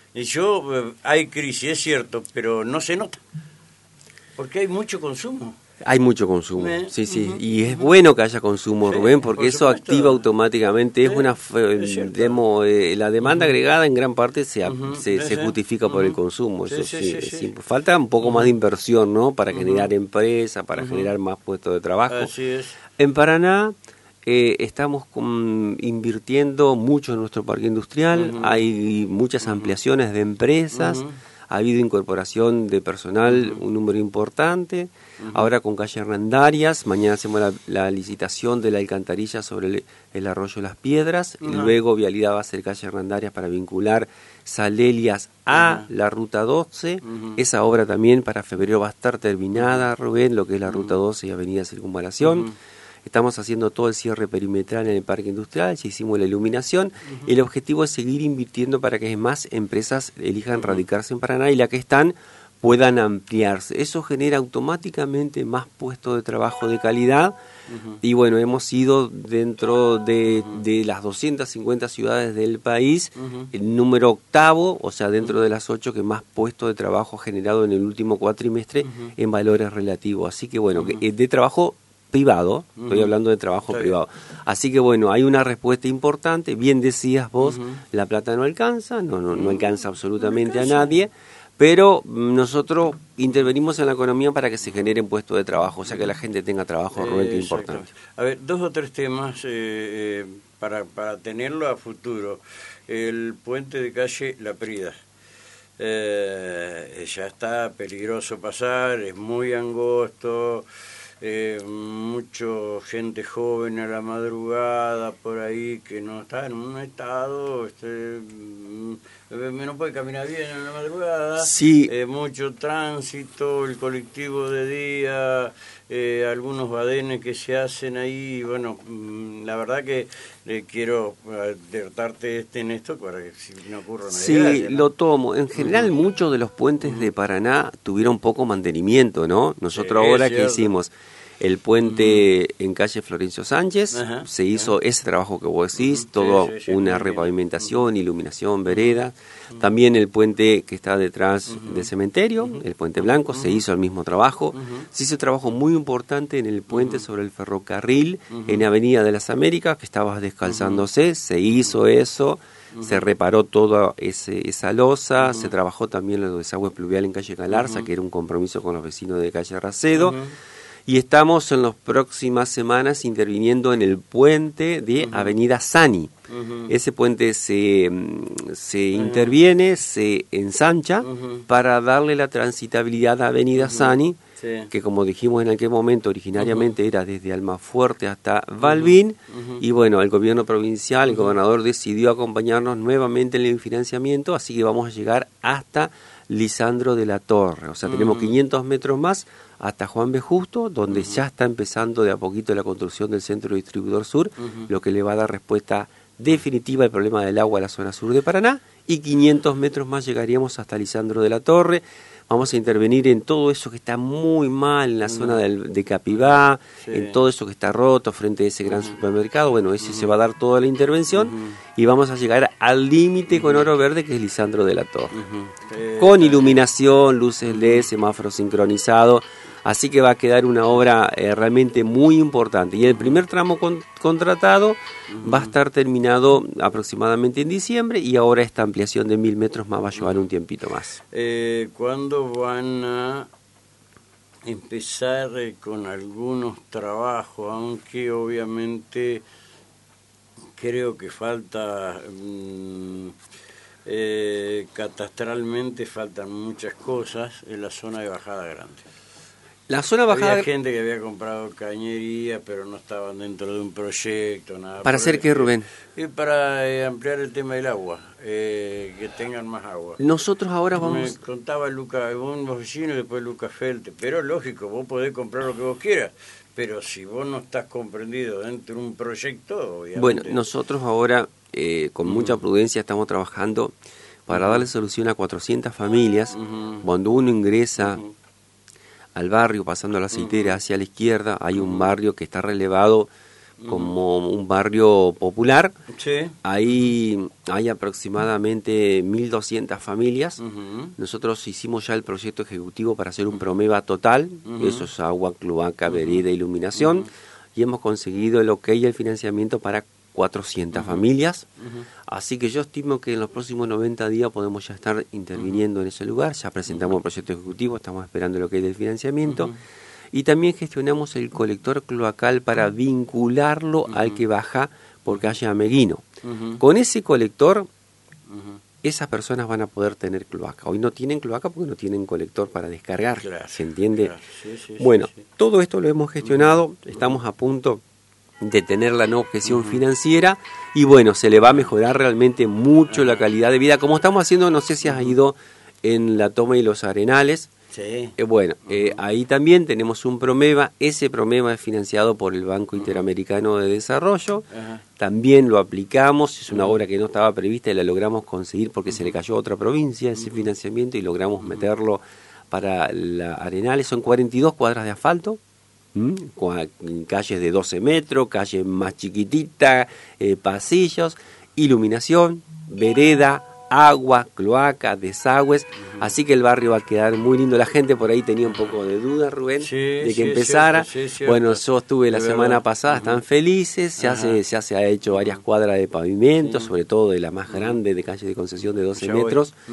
Y yo, eh, hay crisis, es cierto, pero no se nota, porque hay mucho consumo. Hay mucho consumo, ¿Eh? sí, sí, Uh-huh. y es bueno que haya consumo, Sí, Rubén, porque por eso supuesto. activa automáticamente, es Sí, una, es demo, eh, la demanda Uh-huh. agregada en gran parte se, Uh-huh. se, Sí, se sí. justifica por Uh-huh. el consumo, Sí, eso sí, sí, sí, es sí. imp- falta un poco Uh-huh. más de inversión, ¿no? Para Uh-huh. generar empresa, para Uh-huh. generar más puestos de trabajo. Así es. En Paraná eh, estamos con, invirtiendo mucho en nuestro parque industrial, Uh-huh. hay muchas Uh-huh. ampliaciones de empresas, Uh-huh. ha habido incorporación de personal, Uh-huh. un número importante. Uh-huh. Ahora con calle Hernandarias, mañana hacemos la, la licitación de la alcantarilla sobre el, el arroyo Las Piedras, Uh-huh. y luego Vialidad va a hacer calle Hernandarias para vincular Salelias a Uh-huh. la Ruta doce. Uh-huh. Esa obra también para febrero va a estar terminada, Rubén, lo que es la Uh-huh. Ruta doce y Avenida Circunvalación. Uh-huh. Estamos haciendo todo el cierre perimetral en el parque industrial, ya hicimos la iluminación. Uh-huh. El objetivo es seguir invirtiendo para que más empresas elijan uh-huh. radicarse en Paraná y las que están puedan ampliarse. Eso genera automáticamente más puestos de trabajo de calidad. Uh-huh. Y bueno, hemos ido dentro de, uh-huh. de las doscientas cincuenta ciudades del país, uh-huh. el número octavo, o sea, dentro uh-huh. de las ocho que más puestos de trabajo ha generado en el último cuatrimestre uh-huh. en valores relativos. Así que bueno, uh-huh. que, de trabajo privado, uh-huh. estoy hablando de trabajo Está privado. Bien. Así que bueno, hay una respuesta importante, bien decías vos, uh-huh. la plata no alcanza, no, no, no alcanza absolutamente no alcanza. a nadie, pero nosotros intervenimos en la economía para que se generen puestos de trabajo, o sea que la gente tenga trabajo, Rubén, eh, que es importante. A ver, dos o tres temas eh, eh, para, para tenerlo a futuro. El puente de calle La Prida. Eh, ya está peligroso pasar, es muy angosto. Eh, mucho gente joven a la madrugada por ahí que no está en un estado, este, no puede caminar bien en la madrugada, sí. eh, mucho tránsito, el colectivo de día, eh, algunos badenes que se hacen ahí, bueno, la verdad que eh, quiero alertarte este en esto para que si no ocurra una Sí, desgracia, ¿no? Lo tomo. En general, uh-huh. muchos de los puentes uh-huh. de Paraná tuvieron poco mantenimiento, ¿no? Nosotros sí, ahora que hicimos el puente uh-huh. en calle Florencio Sánchez, uh-huh. se hizo uh-huh. ese trabajo que vos decís, uh-huh. todo sí, sí, sí, una repavimentación, uh-huh. iluminación, vereda. Uh-huh. También el puente que está detrás uh-huh. del cementerio, uh-huh. el puente blanco, uh-huh. se hizo el mismo trabajo. Uh-huh. Se hizo trabajo muy importante en el puente uh-huh. sobre el ferrocarril, uh-huh. en Avenida de las Américas, que estaba descalzándose, uh-huh. se hizo eso. Uh-huh. Se reparó toda ese, esa losa, uh-huh. se trabajó también lo de desagüe pluvial en calle Galarza, uh-huh. que era un compromiso con los vecinos de calle Racedo. Uh-huh. Y estamos en las próximas semanas interviniendo en el puente de uh-huh. Avenida Sani. Uh-huh. Ese puente se, se uh-huh. interviene, se ensancha uh-huh. para darle la transitabilidad a Avenida uh-huh. Sani, sí. que como dijimos en aquel momento originariamente uh-huh. era desde Almafuerte hasta Balbín. Uh-huh. Y bueno, el gobierno provincial, el uh-huh. gobernador decidió acompañarnos nuevamente en el financiamiento, así que vamos a llegar hasta Lisandro de la Torre. O sea, uh-huh. tenemos quinientos metros más hasta Juan B. Justo, donde uh-huh. ya está empezando de a poquito la construcción del centro distribuidor sur, uh-huh. lo que le va a dar respuesta definitiva al problema del agua a la zona sur de Paraná, y quinientos metros más llegaríamos hasta Lisandro de la Torre. Vamos a intervenir en todo eso que está muy mal en la uh-huh. zona del, de Capibá, sí. en todo eso que está roto frente a ese gran uh-huh. supermercado. Bueno, ese uh-huh. se va a dar toda la intervención uh-huh. y vamos a llegar al límite uh-huh. con Oro Verde, que es Lisandro de la Torre. Uh-huh. eh, con iluminación, luces L E D, semáforo sincronizado. Así que va a quedar una obra eh, realmente muy importante. Y el primer tramo con, contratado uh-huh. va a estar terminado aproximadamente en diciembre, y ahora esta ampliación de mil metros más va a llevar un tiempito más. Eh, ¿Cuándo van a empezar eh, con algunos trabajos? Aunque obviamente creo que falta... Mmm, eh, catastralmente faltan muchas cosas en la zona de Bajada Grande. La zona bajada... Había gente que había comprado cañería, pero no estaban dentro de un proyecto, nada. ¿Para hacer qué, Rubén? Y para eh, ampliar el tema del agua, eh, que tengan más agua. Nosotros ahora vamos... Me contaba Luca, unos vecinos, después Lucas Felte, pero lógico, vos podés comprar lo que vos quieras, pero si vos no estás comprendido dentro de un proyecto... Obviamente... Bueno, nosotros ahora, eh, con uh-huh. mucha prudencia, estamos trabajando para uh-huh. darle solución a cuatrocientas familias. Uh-huh. Cuando uno ingresa... Uh-huh. al barrio, pasando la aceitera hacia la izquierda, hay un barrio que está relevado como un barrio popular. Sí. Ahí hay aproximadamente mil doscientas familias. Uh-huh. Nosotros hicimos ya el proyecto ejecutivo para hacer un Promeva total, uh-huh. Eso es agua, cloaca, uh-huh. vereda, iluminación, uh-huh. y hemos conseguido el ok y el financiamiento para cuatrocientas uh-huh. familias. Uh-huh. Así que yo estimo que en los próximos noventa días podemos ya estar interviniendo uh-huh. en ese lugar. Ya presentamos uh-huh. el proyecto ejecutivo, estamos esperando el ok del financiamiento. Uh-huh. Y también gestionamos el colector cloacal para vincularlo uh-huh. al que baja por calle Ameguino. Uh-huh. Con ese colector, uh-huh. esas personas van a poder tener cloaca. Hoy no tienen cloaca porque no tienen colector para descargar. Claro, ¿se entiende? Claro. Sí, sí, bueno, sí, sí. todo esto lo hemos gestionado. Uh-huh. Estamos a punto de tener la no objeción uh-huh. financiera. Y bueno, se le va a mejorar realmente mucho uh-huh. la calidad de vida. Como estamos haciendo, no sé si has ido en La Toma y los Arenales. Sí. Eh, bueno, eh, ahí también tenemos un Promeva. Ese Promeva es financiado por el Banco Interamericano de Desarrollo. Ajá. También lo aplicamos. Es una obra que no estaba prevista y la logramos conseguir porque se le cayó a otra provincia ese financiamiento y logramos meterlo para la Arenales. Son cuarenta y dos cuadras de asfalto, ¿m? calles de doce metros, calles más chiquititas, eh, pasillos, iluminación, vereda, agua, cloaca, desagües, uh-huh. así que el barrio va a quedar muy lindo. La gente por ahí tenía un poco de duda, Rubén, sí, de que sí, empezara. Cierto, sí, cierto. Bueno, yo estuve la de semana verdad. pasada, uh-huh. están felices, ya se, ya se ha hecho varias cuadras de pavimento, sí. sobre todo de la más grande, de calle de Concesión de doce metros. Uh-huh.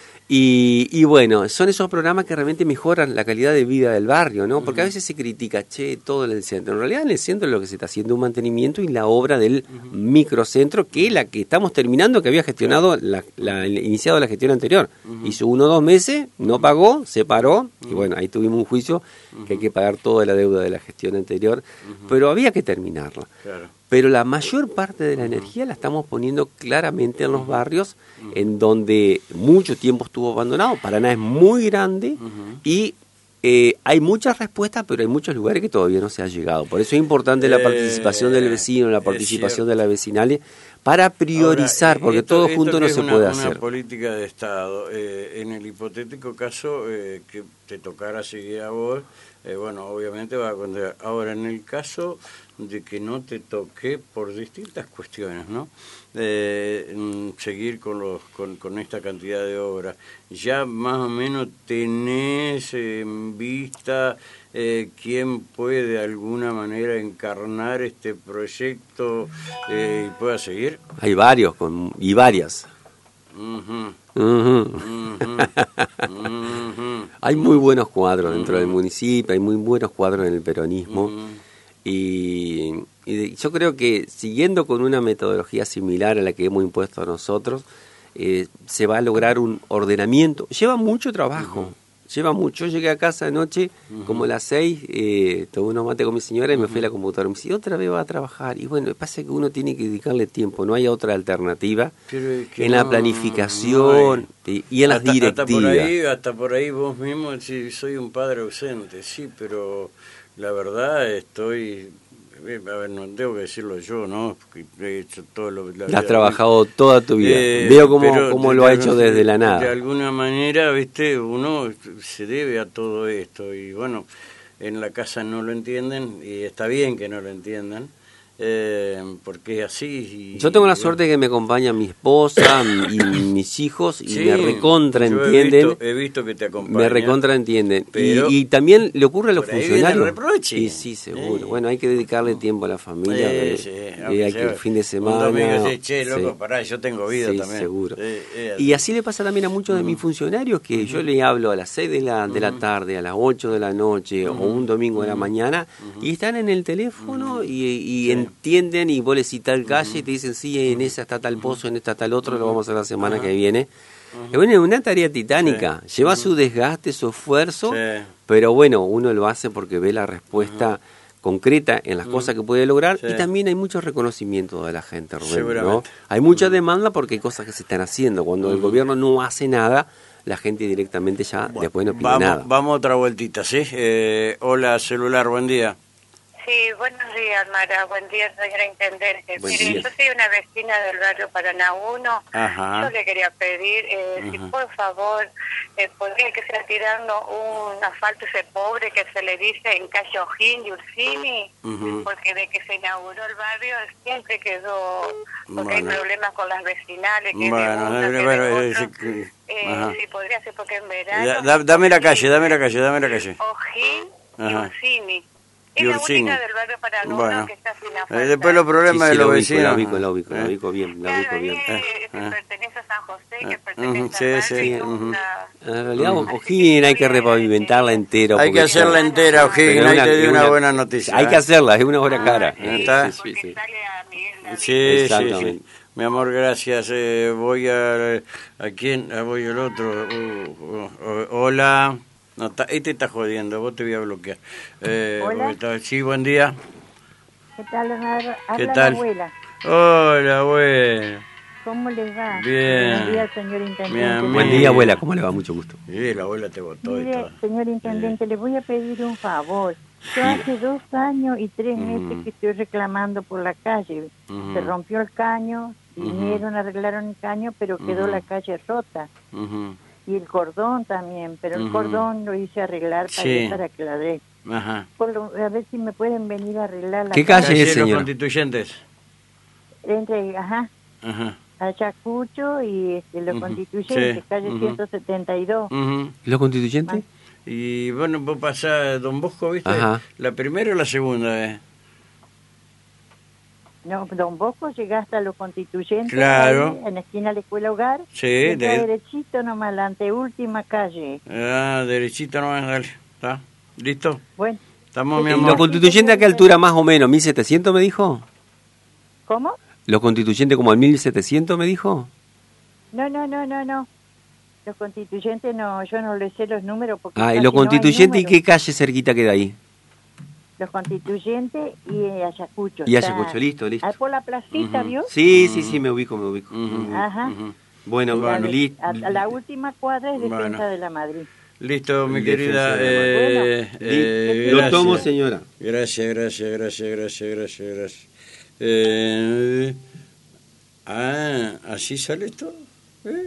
Y, y bueno, son esos programas que realmente mejoran la calidad de vida del barrio, ¿no? Porque uh-huh. a veces se critica, che, todo en el centro. En realidad en el centro es lo que se está haciendo un mantenimiento y la obra del uh-huh. microcentro, que es la que estamos terminando, que había gestionado, la, la, iniciado la gestión anterior. Uh-huh. Hizo uno o dos meses, no pagó, se paró, uh-huh. y bueno, ahí tuvimos un juicio uh-huh. que hay que pagar toda la deuda de la gestión anterior, uh-huh. pero había que terminarla. Claro. Pero la mayor parte de la energía la estamos poniendo claramente en los barrios uh-huh. en donde mucho tiempo estuvo abandonado. Paraná es muy grande uh-huh. y eh, hay muchas respuestas, pero hay muchos lugares que todavía no se ha llegado. Por eso es importante la participación eh, del vecino, la participación de la vecinales, para priorizar, ahora, porque esto, todo esto junto no es se una, puede una hacer. Política de Estado. Eh, en el hipotético caso eh, que te tocara seguir a vos, eh, bueno, obviamente va a contar. Ahora, en el caso de que no te toque por distintas cuestiones, ¿no? Eh, seguir con los con, con esta cantidad de obras, ya más o menos tenés en vista eh, quién puede de alguna manera encarnar este proyecto eh, y pueda seguir. Hay varios con, y varias. Uh-huh. Uh-huh. Uh-huh. Uh-huh. Hay muy buenos cuadros dentro uh-huh. del municipio, hay muy buenos cuadros en el peronismo. Uh-huh. Y, y yo creo que siguiendo con una metodología similar a la que hemos impuesto a nosotros, eh, se va a lograr un ordenamiento. Lleva mucho trabajo, uh-huh. lleva mucho. Yo llegué a casa anoche, uh-huh. como a las seis, eh, tomé unos mates con mi señora y uh-huh. me fui a la computadora. Me dice, otra vez va a trabajar. Y bueno, pasa que uno tiene que dedicarle tiempo, no hay otra alternativa en no, la planificación no y, y en hasta, las directivas. Hasta por, ahí, hasta por ahí vos mismo decís, soy un padre ausente, sí, pero la verdad estoy... A ver, no tengo que decirlo yo, ¿no? Porque he hecho todo lo que... Has trabajado toda tu vida. Eh, Veo cómo, cómo lo ha hecho desde la nada. De alguna manera, viste, uno se debe a todo esto. Y bueno, en la casa no lo entienden y está bien que no lo entiendan. Eh, porque es así. Y, yo tengo la bueno. suerte de que me acompaña mi esposa y mis hijos y sí, me recontra entienden. He visto, he visto que te acompañan. Me recontra entienden. Y, y también le ocurre a los funcionarios. Sí, sí, seguro. Eh. Bueno, hay que dedicarle tiempo a la familia. Eh, eh, sí, eh, hay que el fin de semana. Un domingo sí, che, loco, sí. Pará, yo tengo vida sí, también. Seguro. Eh, eh, y así le pasa también a muchos uh-huh. de mis funcionarios que uh-huh. yo le hablo a las seis de la, de la tarde, a las ocho de la noche uh-huh. o un domingo uh-huh. de la mañana uh-huh. y están en el teléfono uh-huh. y, y sí. entienden y vos le citás el calle uh-huh. y te dicen, sí, en esa está tal pozo, en esta tal otro, uh-huh. lo vamos a hacer la semana uh-huh. que viene. Uh-huh. Bueno, es una tarea titánica, sí. lleva uh-huh. su desgaste, su esfuerzo, sí. pero bueno, uno lo hace porque ve la respuesta uh-huh. concreta en las uh-huh. cosas que puede lograr sí. y también hay mucho reconocimiento de la gente, Rubén, ¿no? Hay mucha uh-huh. demanda porque hay cosas que se están haciendo. Cuando uh-huh. el gobierno no hace nada, la gente directamente ya bueno, después no pide vamos, nada. Vamos otra vueltita, ¿sí? Eh, hola, celular, buen día. Sí, Sí, buenos días, Mara. Buen día, señora Intendente. Buen Mire, día. yo soy una vecina del barrio Paraná uno. Ajá. Yo le quería pedir, eh, si Ajá. por favor, eh, podría que sea tirando un asfalto ese pobre que se le dice en calle O'Higgins y Ursini, Ujú. porque de que se inauguró el barrio siempre quedó, porque hay Bueno. problemas con las vecinales. Que Bueno, de uno, que bueno, de eh, otro. sí, Eh, ajá. si podría ser porque en verano... Da- da- dame la calle, dame la calle, dame la calle. O'Higgins y Ajá. Ursini. Y Es la Ursini. única del barrio Paraná Bueno. que está sin Eh, asfaltar. después los problemas Sí, sí, de los la ubico, vecinos. la ubico, la ubico, la Eh. ubico bien, la ubico bien. Eh, que eh. pertenece a San José, que Ujú, pertenece al sí, barrio, sí, y ujú. una- En realidad, O'Higgins hay que repavimentarla entera. Hay que porque- hacerla entera, O'Higgins, Pero ahí una- te di es una buena noticia, Hay ¿eh? que hacerla, es una hora cara. ¿Está? Sí, sí, sí. Sí, sí, Exactamente. sí. Mi amor, gracias. Eh, voy a... ¿A quién? Ah, voy al otro. Uh, uh, uh, hola. No, está, este está jodiendo, vos te voy a bloquear. Eh, Hola. porque está- sí, buen día. ¿Qué tal, Leonardo? Habla ¿Qué la tal? abuela. Hola, abuela. ¿Cómo les va? Bien. Buenos días, señor Intendente. Mi amigo. Buen día, abuela, ¿cómo le va? Mucho gusto. Sí, la abuela te votó y Mire, todo. señor Intendente, le voy a pedir un favor. Yo hace dos años y tres meses Ujú. que estoy reclamando por la calle. Ujú. Se rompió el caño, vinieron, arreglaron el caño, pero quedó Ujú. la calle rota. Ujú. Y el cordón también, pero el Ujú. cordón lo hice arreglar para, Sí. para que la dé. Ajá. Por lo- a ver si me pueden venir a arreglar la ¿Qué calle es, Los señora? constituyentes. Entre, ajá, Ajá. Ayacucho y este, los Ujú. constituyentes, Sí. calle Ujú. ciento setenta y dos. Ujú. ¿Los constituyentes? Y bueno, vos pasás Don Bosco, ¿viste? Ajá. ¿La primera o la segunda? Eh? No, Don Bosco llega hasta los constituyentes, Claro. ahí, en la esquina de la escuela hogar. Sí, y entra de- derechito nomás, la anteúltima calle. Ah, derechito nomás, dale. ¿Está? ¿Listo? Bueno. Estamos, mi ¿Y amor. los constituyentes a qué altura más o menos? ¿mil setecientos me dijo? ¿Cómo? ¿Los constituyentes como al mil setecientos me dijo? No, no, no, no, no. Los constituyentes no, yo no les sé los números porque Ah, ¿y casi los no hay constituyentes y números. qué calle cerquita queda ahí? Los constituyentes y eh, Ayacucho. Y Está- Ayacucho, listo, listo. Ahí por la placita, ¿vio? Sí, sí, sí, me ubico, me ubico. Ajá. Bueno, Y la de- listo. a, a la última cuadra es defensa Bueno. de la Madrid. Listo, mi Defensa querida. de la Eh, Bueno. eh, Lo gracias. tomo, señora. Gracias, gracias, gracias, gracias, gracias, gracias. Eh, ah, ¿así sale todo? ¿Eh?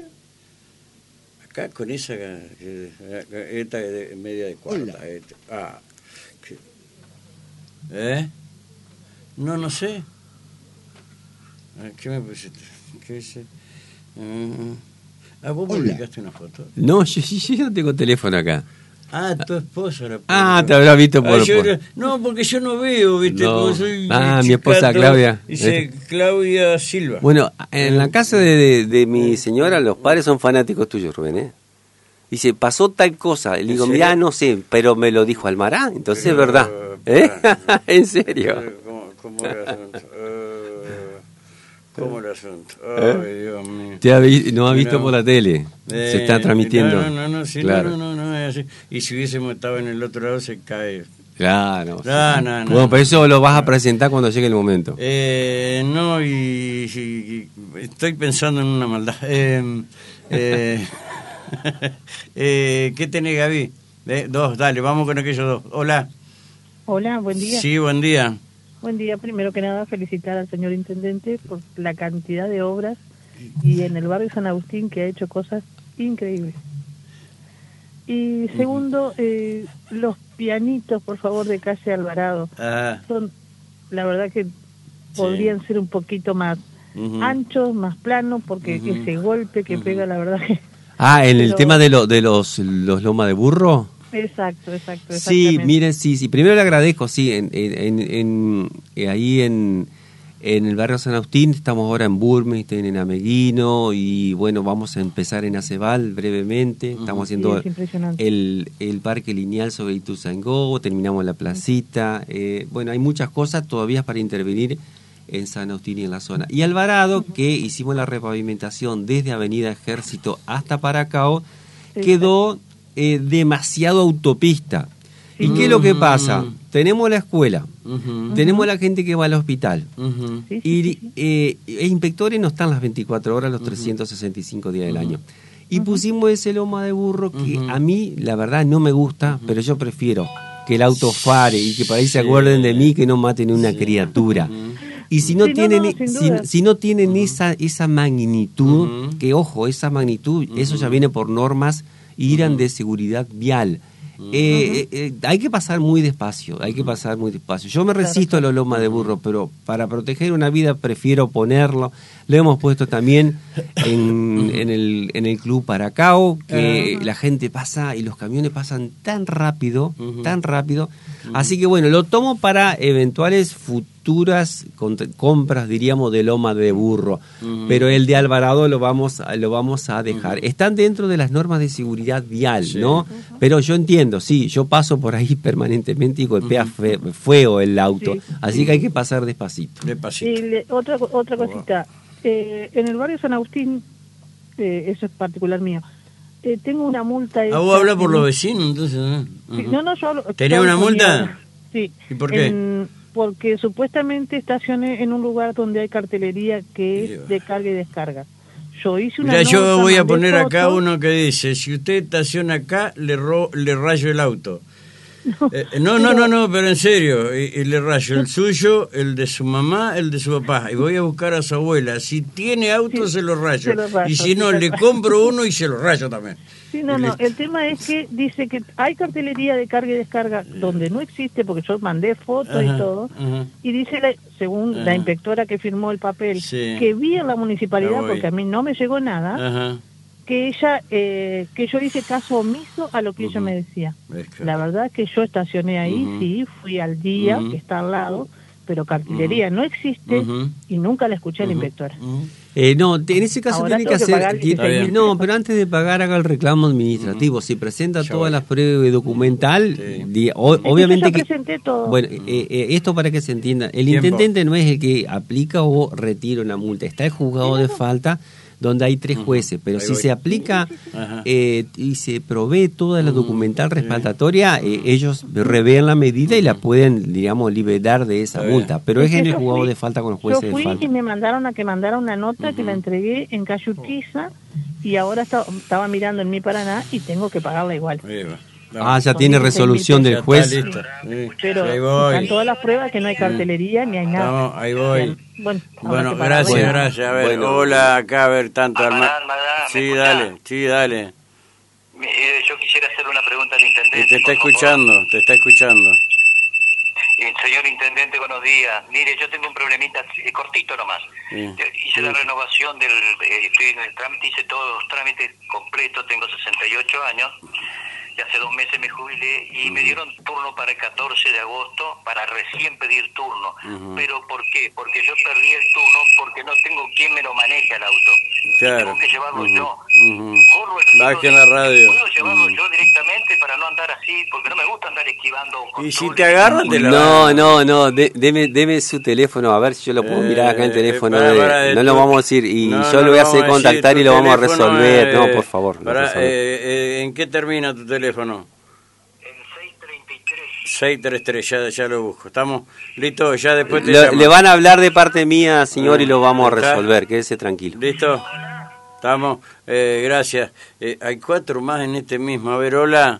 Acá con esa... eh, esta de- media de cuarta. esta. Ah, ¿qué? ¿Eh? No, no sé. Ah, ¿Qué me pusiste? ¿Qué dice? Ah, ah, ¿vos publicaste una foto? No, yo, yo, yo no tengo teléfono acá. Ah, tu esposa la Ah, publicó. te habrás visto por... Ah, yo por- era- No, porque yo no veo, ¿viste? No. Como soy Ah, mi chicato, esposa Claudia. Dice ¿Eh? Claudia Silva. Bueno, en la casa de, de, de mi señora, los padres son fanáticos tuyos, Rubén, ¿eh? Dice, pasó tal cosa. Le digo, ¿En mirá, serio? no sé, pero me lo dijo Almará, entonces Pero, es verdad. ¿Eh? en serio. Eh, ¿Cómo, cómo era el asunto? Eh, ¿Cómo era el asunto? ¿Eh? Ay, Dios mío. Te ha vi- no ha visto No. por la tele. Eh, Se está transmitiendo. No, no, no, sí, Claro. no, no, no, es así. Y si hubiésemos estado en el otro lado, se cae. Claro. No, sí. no, no. Bueno, pero eso lo vas a presentar cuando llegue el momento. Eh, no, y, y- y estoy pensando en una maldad. Eh, eh, eh, ¿Qué tenés, Gaby? Eh, dos, dale, vamos con aquellos dos. Hola. Hola, buen día. Sí, buen día. Buen día. Primero que nada, felicitar al señor Intendente por la cantidad de obras y en el barrio San Agustín que ha hecho cosas increíbles. Y segundo, eh, los pianitos, por favor, de calle Alvarado. Ah, Son, la verdad que podrían ser un poquito más ujú. anchos, más planos, porque Ujú. ese golpe que pega, la verdad que... Ah, en el Pero- tema de, lo, de los, los loma de burro. Exacto, exacto, Sí, exactamente. mire, sí, sí. Primero le agradezco, sí, en, en, en, en- eh, ahí en, en el barrio San Agustín, estamos ahora en Burmeister, en Ameguino, y bueno, vamos a empezar en Acebal brevemente. Estamos Sí, haciendo es impresionante. el, el parque lineal sobre Ituzaingó, terminamos la placita. Eh, bueno, hay muchas cosas todavía para intervenir en San Agustín y en la zona. Y Alvarado, que hicimos la repavimentación desde Avenida Ejército hasta Paracao, quedó eh, demasiado autopista. ¿Y qué es lo que pasa? Tenemos la escuela, Ujú. tenemos la gente que va al hospital, Ujú. y eh, e inspectores no están las veinticuatro horas, los trescientos sesenta y cinco días del año. Y pusimos ese loma de burro que Ujú. a mí, la verdad, no me gusta, pero yo prefiero que el auto fare y que por ahí se acuerden de mí, que no maten una sí. criatura. Uh-huh. Y si no sí, tienen, no, no, si, si no tienen uh-huh. esa, esa magnitud, uh-huh. que ojo, esa magnitud, uh-huh. eso ya viene por normas I R A N uh-huh. de seguridad vial. Uh-huh. Eh, eh, hay que pasar muy despacio, hay que pasar muy despacio. Yo me resisto claro. a la loma de burro, pero para proteger una vida prefiero ponerlo. Lo hemos puesto también en, en, el, en el Club Paracao, que uh-huh. la gente pasa y los camiones pasan tan rápido, uh-huh. tan rápido. Uh-huh. Así que bueno, lo tomo para eventuales futuras compras, diríamos, de loma de burro. Uh-huh. Pero el de Alvarado lo vamos, lo vamos a dejar. Uh-huh. Están dentro de las normas de seguridad vial, sí. ¿no? Uh-huh. Pero yo entiendo, sí, yo paso por ahí permanentemente y golpea uh-huh. fe, feo el auto. Sí. Así sí. que hay que pasar despacito. Despacito. Y le, otra, otra cosita. Eh, en el barrio San Agustín, eh, eso es particular mío, eh, tengo una multa. Ah, vos hablas por los vecinos, entonces. ¿eh? Uh-huh. Sí, no, no, yo hablo. ¿Tenés una multa? Sí. ¿Y por qué? En, porque supuestamente estacioné en un lugar donde hay cartelería que es Dios. de carga y descarga. Yo hice una. Ya nota, yo voy a poner foto. acá uno que dice: si usted estaciona acá, le, ro le rayo el auto. No, eh, no, no, no, no, pero en serio, y, y le rayo el suyo, el de su mamá, el de su papá, y voy a buscar a su abuela. Si tiene auto, sí, se lo rayo, se lo rayo y si no, sí, le compro uno y se lo rayo también. Sí, no, no, el tema es que dice que hay cartelería de carga y descarga donde no existe, porque yo mandé fotos ajá, y todo, ajá. y dice, la, según ajá. la inspectora que firmó el papel, sí. que vi en la municipalidad, porque a mí no me llegó nada, ajá. que ella eh, que yo hice caso omiso a lo que uh-huh. ella me decía. Es la verdad que yo estacioné ahí, uh-huh. sí, fui al día, uh-huh. que está al lado, pero cartelería uh-huh. no existe uh-huh. y nunca la escuché uh-huh. a la inspectora. Uh-huh. Eh, no, en ese caso ahora tiene que hacer... Que tiene, no, pero antes de pagar haga el reclamo administrativo. Uh-huh. Si presenta ya todas voy. las pruebas documental, sí. di, o, obviamente que... presenté todo. Bueno, eh, eh, esto para que se entienda. El Tiempo. intendente no es el que aplica o retira una multa. Está el juzgado de falta, donde hay tres jueces, pero Ahí si voy. se aplica eh, y se provee toda la documental respaldatoria, eh, ellos revén la medida y la pueden, digamos, liberar de esa multa, pero es en el juzgado de falta con los jueces de falta. Yo fui y me mandaron a que mandara una nota uh-huh. que la entregué en calle Urquiza y ahora estaba, estaba mirando en mi Paraná y tengo que pagarla igual. Ah, ya tiene resolución del juez. Sí. Sí. Pero están todas las pruebas que no hay cartelería ni hay nada. No, ahí voy. Bueno, bueno gracias, bueno. gracias. A ver, bueno. hola, acá a ver tanto. Magdalena, Magdalena, sí, dale, sí, dale. Eh, yo quisiera hacer una pregunta al intendente. Te está escuchando, favor. te está escuchando. Eh, señor intendente, buenos días. Mire, yo tengo un problemita eh, cortito nomás. Sí. Hice sí. la renovación del, eh, estoy en el trámite, hice todos los trámites completos, tengo sesenta y ocho años. Y hace dos meses me jubilé y uh-huh. me dieron turno para el catorce de agosto para recién pedir turno. Uh-huh. ¿Pero por qué? Porque yo perdí el turno porque no tengo quien me lo maneje al auto. Claro. Tengo que llevarlo uh-huh. yo. Uh-huh. Corro el riesgo de, la radio. Puedo llevarlo uh-huh. yo directamente para no andar así, porque no me gusta andar esquivando. ¿Y si te agarran de la No, no, no, de, deme, deme su teléfono, a ver si yo lo puedo eh, mirar acá en el teléfono. Para, para, de, no lo vamos a decir, y no, yo no, lo voy a hacer contactar y lo vamos a resolver. Eh, no, por favor. Para, eh, eh, ¿en qué termina tu teléfono? seis treinta y tres, ya, ya lo busco. ¿Estamos listos? Ya después te le, le van a hablar de parte mía, señor, y lo vamos a resolver. Quédese tranquilo. ¿Listo? ¿Estamos? Eh, gracias. Eh, hay cuatro más en este mismo. A ver, hola.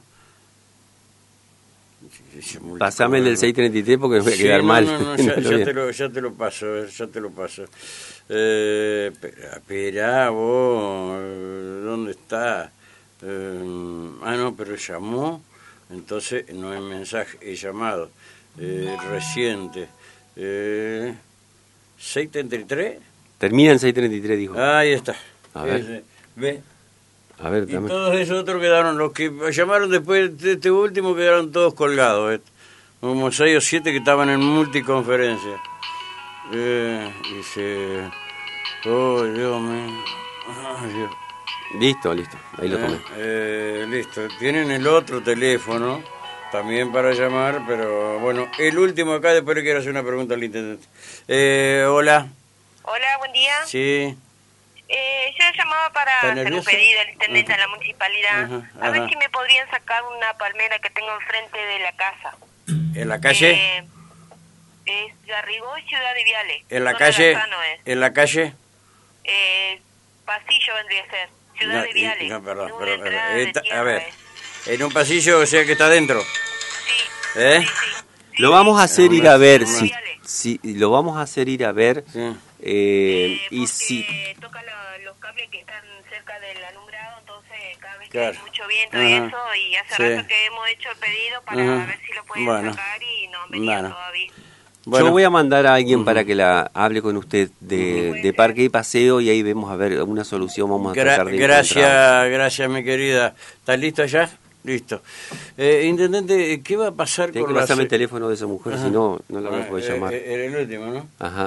Pasame el del seis treinta y tres porque me voy a sí, quedar no, mal. No, no, ya, ya, te lo, ya te lo paso, ya te lo paso. Eh, espera, espera, vos, ¿dónde está? Eh, ah, no, pero llamó. Entonces no es mensaje, es llamado eh, reciente. Eh, ¿seis treinta y tres? Termina en seis treinta y tres, dijo. Ahí está. A ver. Ese, ¿Ve? A ver, y todos esos otros quedaron, los que llamaron después de este último quedaron todos colgados. ¿eh? Como seis o siete que estaban en multiconferencia. Eh, dice, oh, Dios mío. Ay, Dios. Listo, listo, ahí lo tomé. Eh, eh, listo, tienen el otro teléfono también para llamar, pero bueno, el último acá, después le quiero hacer una pregunta al intendente. Eh, hola. Hola, buen día. Sí. Eh, yo llamaba para hacer un pedido al intendente uh-huh. a la municipalidad, uh-huh. a ver si me podrían sacar una palmera que tengo enfrente de la casa. ¿En la calle? Eh, es Garrigó, Ciudad de Viale. ¿En la calle? ¿En la calle? Eh, pasillo vendría a ser. Ciudad no, de Viale. No, perdón, perdón, perdón. Esta, a ver, es. en un pasillo, o sea que está adentro. Sí. ¿Eh? Sí, sí. Lo vamos a hacer sí, ir a ver, sí, si, si lo vamos a hacer ir a ver, sí. eh, eh, y si... toca la, los cables que están cerca del alumbrado, entonces cada vez Claro. que hay mucho viento Ajá. y eso, y hace Sí. rato que hemos hecho el pedido para Ajá. ver si lo pueden Bueno. sacar y no han venido Bueno. todavía. Bueno. Yo voy a mandar a alguien Ujú. para que la hable con usted de, de Parque y Paseo y ahí vemos a ver una solución, vamos a Gra- tratar de gracias, encontrar. gracias, mi querida. ¿Estás listo ya? Listo. Eh, intendente, ¿qué va a pasar Tiene con que la... pasarme el teléfono de esa mujer, Ajá. si no, no la voy a Ah, poder eh, llamar. eh, Era el último, ¿no? Ajá.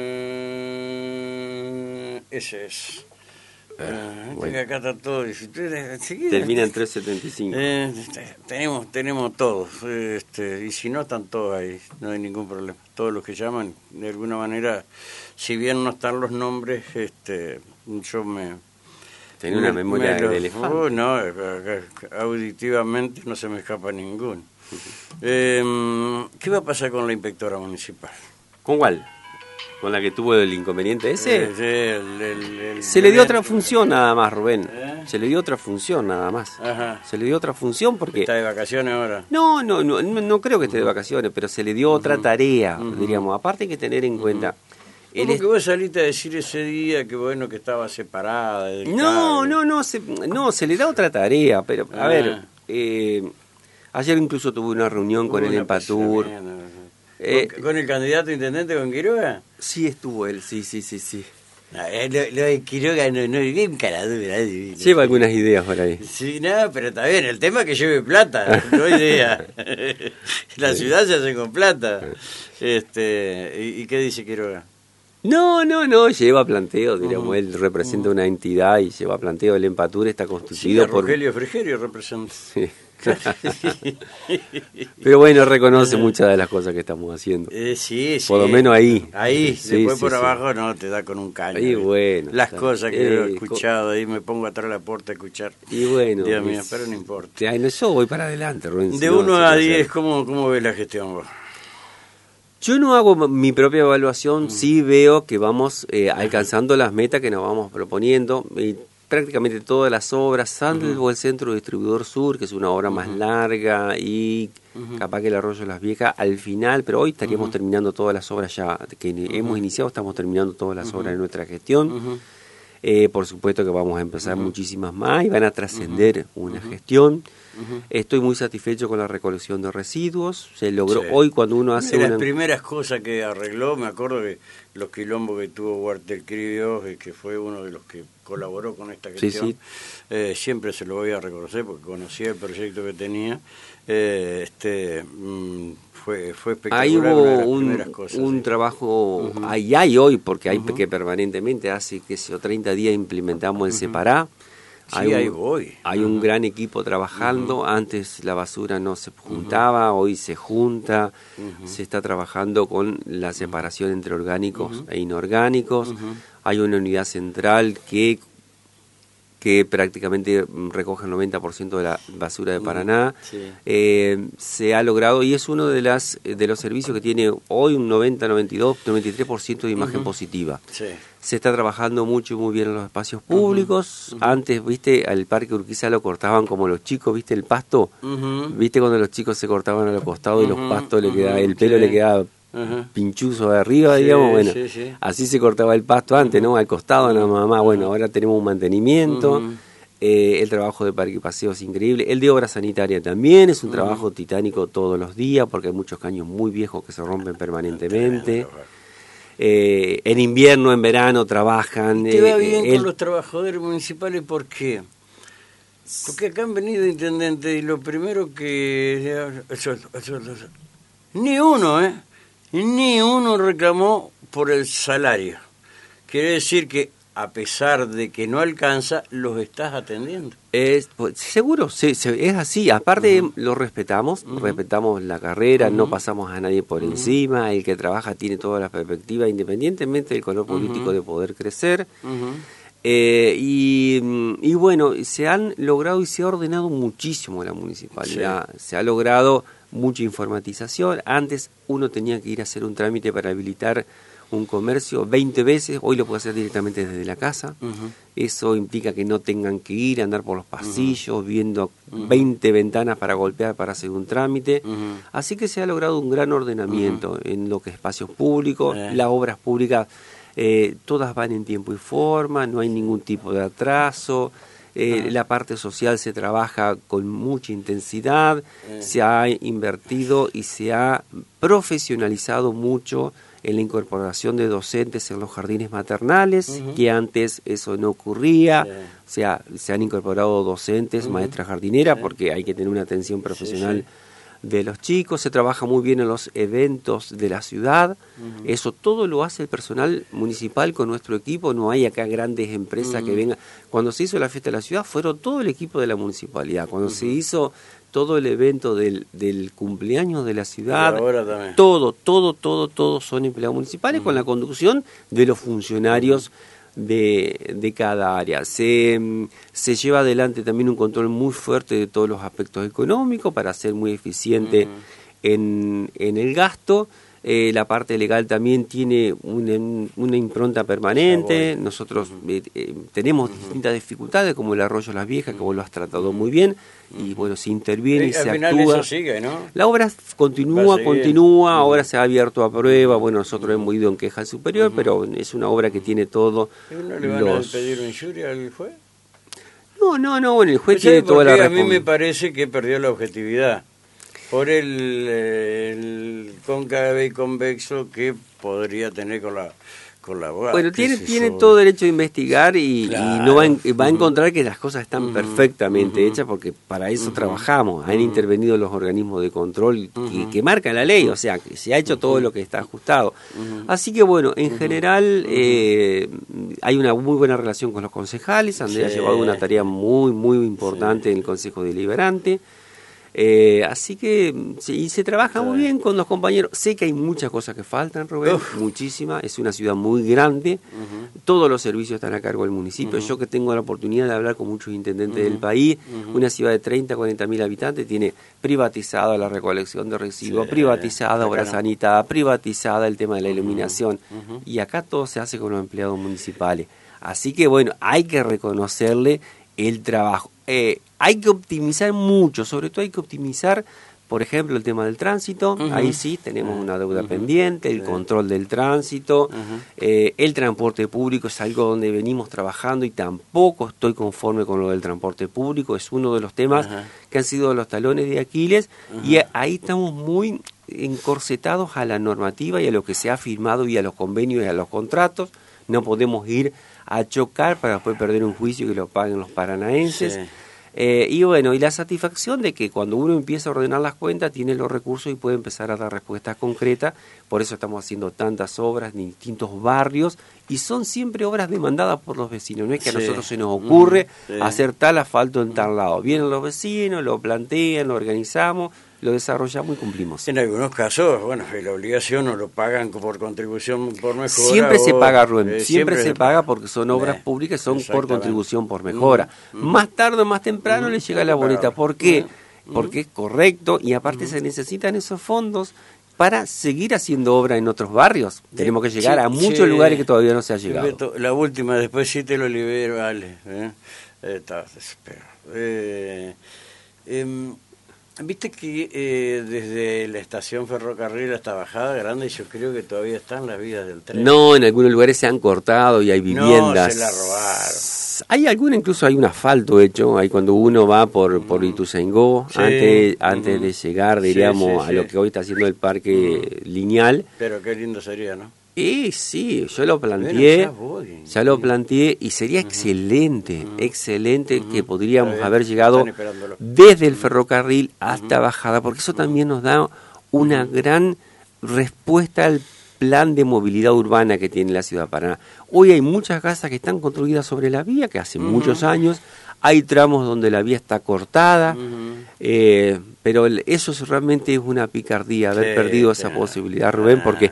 Eh, ese es. Ah, bueno. que acá está todo. y si ustedes- enseguida- Termina en trescientos setenta y cinco. Eh, este, tenemos, tenemos todos, este, y si no están todos ahí, no hay ningún problema. Todos los que llaman, de alguna manera, si bien no están los nombres, este, yo me... Tiene una me- memoria me de lo- elefante. Oh, no, eh, auditivamente no se me escapa ninguno. Eh, ¿Qué va a pasar con la inspectora municipal? ¿Con cuál? ¿Con la que tuvo el inconveniente ese? Eh, sí, el- el- el- Se le dio el- otra función nada más, Rubén. ¿Eh? Se le dio otra función nada más. Ajá. Se le dio otra función porque... ¿Está de vacaciones ahora? No, no, no, no, no creo que esté de vacaciones, pero se le dio otra tarea, Ujú. diríamos. Aparte hay que tener en cuenta... él ¿Cómo es- que vos saliste a decir ese día que bueno que estaba separada? del No, cable? no, no se, no, se le da otra tarea, pero a Ah. ver, eh, ayer incluso tuve una reunión con Hubo el una Empatur. pasada, no, no. Eh, ¿Con, con el candidato intendente con Quiroga? Sí estuvo él, sí, sí, sí, sí. No, eh, lo, lo de Quiroga no, no hay caradura. eh. Lleva algunas ideas por ahí. Sí, no, pero está bien, el tema es que lleve plata, no hay idea. La ciudad se hace con plata. Este, ¿y, y qué dice Quiroga? No, no, no, lleva planteo, diríamos, Ujú. él representa una entidad y lleva planteo. El Empatur está Sí, constituido a por... Rogelio Frigerio representa. Sí. Pero bueno, reconoce muchas de las cosas que estamos haciendo. Eh, sí, sí. Por lo menos ahí. Ahí, Sí, después sí, por sí. abajo no, te da con un caño. Ahí, ¿viste? bueno, Las está- cosas que eh, yo he escuchado ahí, me pongo atrás de la puerta a escuchar. Y bueno, Dios mío, es- pero no importa. Ay, no, yo voy para adelante, Rubén. si De no, uno se a puede diez, hacer. ¿cómo, ¿cómo ves la gestión vos? Yo no hago mi propia evaluación, sí veo que vamos eh, alcanzando las metas que nos vamos proponiendo. Y prácticamente todas las obras, salvo el Centro Distribuidor Sur, que es una obra más larga, y Ujú. capaz que el Arroyo de las Viejas al final, pero hoy estaríamos Ujú. terminando todas las obras ya que hemos iniciado, estamos terminando todas las Ujú. obras de nuestra gestión. Ujú. Eh, por supuesto que vamos a empezar Ujú. muchísimas más y van a trascender una gestión. Ujú. Estoy muy satisfecho con la recolección de residuos. Se logró Sí. hoy cuando uno Una hace de las una... primeras cosas que arregló, me acuerdo que los quilombos que tuvo Huartel Cribios, eh, que fue uno de los que colaboró con esta Sí, gestión, sí. eh, siempre se lo voy a reconocer porque conocía el proyecto que tenía. Eh, este mm, fue, fue espectacular. Ahí una hubo de las un, primeras cosas, un sí. trabajo, Ujú. ahí hay hoy, porque hay Ujú. que permanentemente, hace que sé yo, treinta días implementamos el Separá. Sí, un, ahí voy. Hay un gran equipo trabajando, antes la basura no se juntaba, hoy se junta, Ujú. se está trabajando con la separación entre orgánicos Ujú. e inorgánicos, Ujú. hay una unidad central que que prácticamente mm, recoge el noventa por ciento de la basura de Paraná. Sí. Eh, se ha logrado y es uno de las de los servicios que tiene hoy un noventa, noventa y dos, noventa y tres por ciento de imagen Ujú. positiva. Sí. Se está trabajando mucho y muy bien en los espacios públicos. Antes, viste, al Parque Urquiza lo cortaban como los chicos, viste, el pasto. Ujú. Viste cuando los chicos se cortaban a los costados y los Ujú, pastos le ujú, quedaba, el pelo sí. le quedaba Ajá. pinchuzo de arriba, Sí, digamos, bueno, sí, sí. así se cortaba el pasto antes, ¿no? Al costado nada más, bueno, ahora tenemos un mantenimiento. Ujú. Eh, el trabajo de Parque y Paseo es increíble. El de obra sanitaria también es un Ujú. trabajo titánico todos los días porque hay muchos caños muy viejos que se rompen permanentemente. Eh, en invierno, en verano trabajan. ¿Te va eh, bien el- con los trabajadores municipales? ¿Por qué? Porque acá han venido intendentes y lo primero que... eso- eso- eso- ni uno, ¿eh? Ni uno reclamó por el salario. Quiere decir que a pesar de que no alcanza, los estás atendiendo. Es, pues, seguro, sí, se- es así. Aparte, lo respetamos, respetamos la carrera, no pasamos a nadie por encima. El que trabaja tiene todas las perspectivas, independientemente del color político, Ujú. de poder crecer. Eh, y, mm, y bueno, se han logrado y se ha ordenado muchísimo la municipalidad. Se ha logrado mucha informatización. Antes uno tenía que ir a hacer un trámite para habilitar un comercio veinte veces, hoy lo puede hacer directamente desde la casa. Uh-huh. Eso implica que no tengan que ir, andar por los pasillos, uh-huh. viendo uh-huh. veinte ventanas para golpear para hacer un trámite. Uh-huh. Así que se ha logrado un gran ordenamiento uh-huh. en lo que es espacios públicos, uh-huh. las obras públicas, eh, todas van en tiempo y forma, no hay ningún tipo de atraso. Eh, uh-huh. La parte social se trabaja con mucha intensidad, uh-huh. se ha invertido y se ha profesionalizado mucho en la incorporación de docentes en los jardines maternales, uh-huh. que antes eso no ocurría. Sí. O sea, se han incorporado docentes, uh-huh. maestras jardineras, sí. porque hay que tener una atención profesional sí, sí. de los chicos. Se trabaja muy bien en los eventos de la ciudad. Uh-huh. Eso todo lo hace el personal municipal con nuestro equipo. No hay acá grandes empresas uh-huh. que vengan. Cuando se hizo la fiesta de la ciudad, fueron todo el equipo de la municipalidad. Cuando uh-huh. se hizo todo el evento del, del cumpleaños de la ciudad, todo, todo, todo, todos son empleados municipales uh-huh. con la conducción de los funcionarios uh-huh. de, de cada área. Se, se lleva adelante también un control muy fuerte de todos los aspectos económicos para ser muy eficiente uh-huh. en, en el gasto. Eh, la parte legal también tiene una, una impronta permanente. Nosotros eh, eh, tenemos uh-huh. distintas dificultades, como el arroyo Las Viejas, que vos lo has tratado muy bien, y bueno, se interviene y, y se al final actúa. Eso sigue, ¿no? La obra continúa, continúa, uh-huh. ahora se ha abierto a prueba. Bueno, nosotros hemos ido en queja superior, uh-huh. pero es una obra que tiene todo. ¿No le van los... a pedir una injuria al juez? No, no, no, bueno, el juez tiene toda la razón. A mí me parece que perdió la objetividad por el, el cóncavo y convexo que podría tener con la con la abogada. Bueno, tiene tiene todo derecho a investigar y, claro. y no va, en, va a encontrar que las cosas están uh-huh. perfectamente uh-huh. hechas, porque para eso uh-huh. trabajamos. Han uh-huh. intervenido los organismos de control uh-huh. que, que marcan la ley, o sea, que se ha hecho uh-huh. todo lo que está ajustado. Uh-huh. Así que bueno, en uh-huh. general eh, hay una muy buena relación con los concejales. Andrea sí. ha llevado una tarea muy, muy importante sí. en el Consejo Deliberante. Eh, así que sí, y se trabaja sí. muy bien con los compañeros. Sé que hay muchas cosas que faltan, Rubén, Uf. muchísimas. Es una ciudad muy grande. Uh-huh. Todos los servicios están a cargo del municipio. Uh-huh. Yo que tengo la oportunidad de hablar con muchos intendentes uh-huh. del país, uh-huh. una ciudad de treinta, cuarenta mil habitantes tiene privatizada la recolección de residuos, sí, privatizada obra no. sanitaria, privatizada el tema de la iluminación. Uh-huh. Y acá todo se hace con los empleados municipales. Así que bueno, hay que reconocerle el trabajo. Eh, hay que optimizar mucho, sobre todo hay que optimizar, por ejemplo, el tema del tránsito. Uh-huh. Ahí sí tenemos una deuda uh-huh. pendiente, el sí. control del tránsito, uh-huh. eh, el transporte público es algo donde venimos trabajando y tampoco estoy conforme con lo del transporte público. Es uno de los temas uh-huh. que han sido los talones de Aquiles uh-huh. y ahí estamos muy encorsetados a la normativa y a lo que se ha firmado y a los convenios y a los contratos. No podemos ir a chocar para después perder un juicio y que lo paguen los paranaenses. Sí. Eh, y bueno, y la satisfacción de que cuando uno empieza a ordenar las cuentas tiene los recursos y puede empezar a dar respuestas concretas. Por eso estamos haciendo tantas obras en distintos barrios y son siempre obras demandadas por los vecinos. No es que sí. a nosotros se nos ocurre sí. hacer tal asfalto en tal lado. Vienen los vecinos, lo plantean, lo organizamos, lo desarrollamos y cumplimos. En algunos casos, bueno, la obligación o lo pagan por contribución por mejora. Siempre o, se paga, Rubén, eh, siempre, siempre se paga porque son obras eh, públicas, son por contribución por mejora. Mm, mm. Más tarde o más temprano mm, le llega la boleta. ¿Por qué? Mm, porque es correcto y aparte mm. se necesitan esos fondos para seguir haciendo obra en otros barrios. De, Tenemos que llegar sí, a muchos sí, lugares que todavía no se ha llegado. Beto, la última, después sí te lo libero, vale. ¿eh? Estaba desesperado. Eh, eh, Viste que eh, desde la estación ferrocarril hasta Bajada Grande yo creo que todavía están las vías del tren. No, en algunos lugares se han cortado y hay viviendas. No, se la robaron. Hay alguna, incluso hay un asfalto hecho, ahí cuando uno va por, mm. por Ituzaingó, sí. antes, antes mm. de llegar, diríamos, sí, sí, sí. a lo que hoy está haciendo el parque mm. lineal. Pero qué lindo sería, ¿no? Y sí, yo lo planteé, bueno, ya, ya lo planteé y sería uh-huh. excelente, uh-huh. excelente uh-huh. que podríamos bien, haber llegado desde el ferrocarril hasta uh-huh. Bajada, porque eso también nos da una uh-huh. gran respuesta al plan de movilidad urbana que tiene la ciudad de Paraná. Hoy hay muchas casas que están construidas sobre la vía, que hace uh-huh. muchos años, hay tramos donde la vía está cortada, uh-huh. eh, pero eso realmente es una picardía, haber sí, perdido esa sí. posibilidad, Rubén, porque...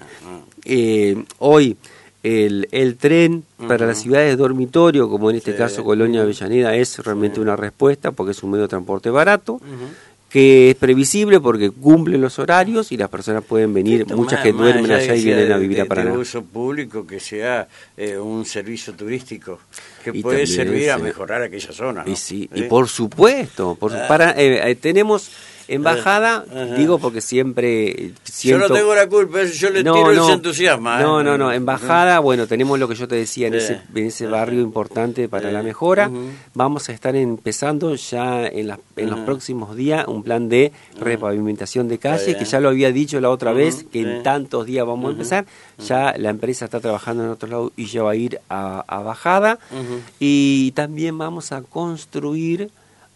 Eh, hoy el, el tren uh-huh. para las ciudades de dormitorio, como en este sí. caso Colonia Avellaneda, es realmente uh-huh. una respuesta porque es un medio de transporte barato, uh-huh. que es previsible porque cumplen los horarios y las personas pueden venir, Esto muchas más, que más duermen allá allá y que vienen sea a vivir de, a Paraná. de uso público, que sea eh, un servicio turístico que Y puede también, servir a sí. mejorar aquella zona, ¿no? Y sí, ¿Sí? y por supuesto, por su- Ah. para, eh, eh, tenemos embajada, Ajá. digo porque siempre Yo siento... no tengo la culpa, yo le No, tiro no. ese entusiasmo. ¿eh? No, no, no, embajada, bueno, tenemos lo que yo te decía en Eh. ese, en ese barrio importante para Eh. la mejora. Ujú. Vamos a estar empezando ya en, las- en los Ajá. próximos días un plan de repavimentación de Está calles, que bien. ya lo había dicho la otra Ujú, vez, que sí. en tantos días vamos a Ujú, empezar. Ya la empresa está trabajando en otro lado y ya va a ir a, a bajada. Ujú. Y también vamos a construir,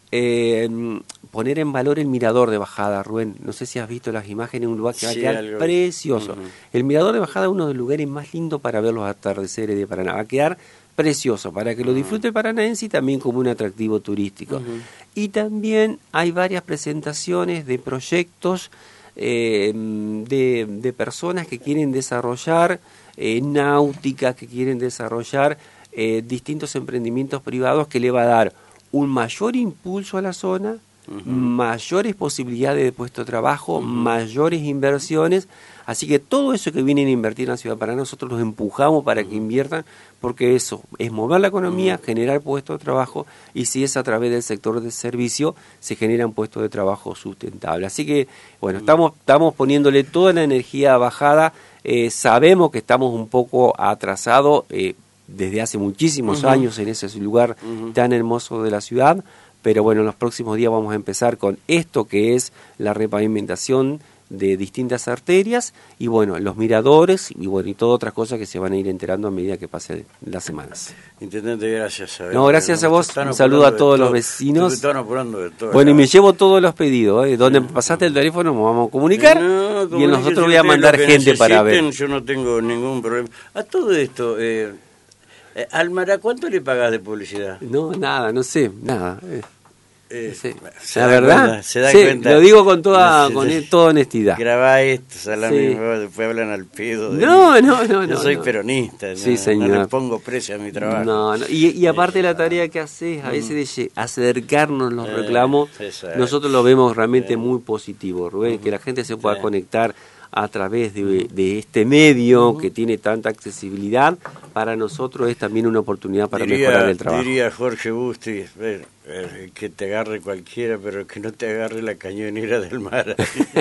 eh, poner en valor el mirador de bajada, Rubén. No sé si has visto las imágenes, un lugar que va a Sí, quedar algo. precioso. Ujú. El mirador de bajada es uno de los lugares más lindos para ver los atardeceres de Paraná. Va a quedar precioso para que lo disfrute el paranaense y también como un atractivo turístico. Ujú. Y también hay varias presentaciones de proyectos eh, de, de personas que quieren desarrollar eh, náutica, que quieren desarrollar eh, distintos emprendimientos privados que le va a dar un mayor impulso a la zona, Ujú. mayores posibilidades de puesto de trabajo, mayores inversiones. Así que todo eso que vienen a invertir en la ciudad de Paraná, nosotros los empujamos para que inviertan, porque eso es mover la economía, generar puestos de trabajo, y si es a través del sector de servicio, se generan puestos de trabajo sustentables. Así que, bueno, estamos, estamos poniéndole toda la energía bajada. Eh, sabemos que estamos un poco atrasados eh, desde hace muchísimos Ujú. años en ese lugar Ujú. tan hermoso de la ciudad, pero bueno, en los próximos días vamos a empezar con esto que es la repavimentación de distintas arterias y bueno, los miradores y bueno, y todas otras cosas que se van a ir enterando a medida que pasen las semanas. Intendente, gracias. A ver, No, gracias nos a vos, están un saludo a apurando de todos los todo. vecinos. Te están apurando de todo. Bueno, y me llevo todos los pedidos, ¿eh? Donde pasaste el teléfono nos vamos a comunicar No, y en los otros voy a ustedes mandar lo que gente para ver. necesiten, Yo no tengo ningún problema. A todo esto, eh, eh, Almara, ¿cuánto le pagas de publicidad? No, nada, no sé, nada. eh. Eh, Sí. se La da verdad, cuenta, se da sí, cuenta. lo digo con toda, Sí, con sí. toda honestidad. Grabá esto, salame, Sí. después hablan al pedo. de No, mí. no, no, Yo no, soy no. peronista, Sí, no, señor. no le pongo precio a mi trabajo. No, no. Y, y aparte la tarea que haces a veces de lle- acercarnos los Eh, reclamos, eso es. nosotros lo vemos realmente muy positivo, Rubén, que la gente se pueda Sí. conectar a través de, de este medio que tiene tanta accesibilidad, para nosotros es también una oportunidad para diría, mejorar el trabajo. Diría Jorge Busti, eh, eh, que te agarre cualquiera, pero que no te agarre la cañonera del mar.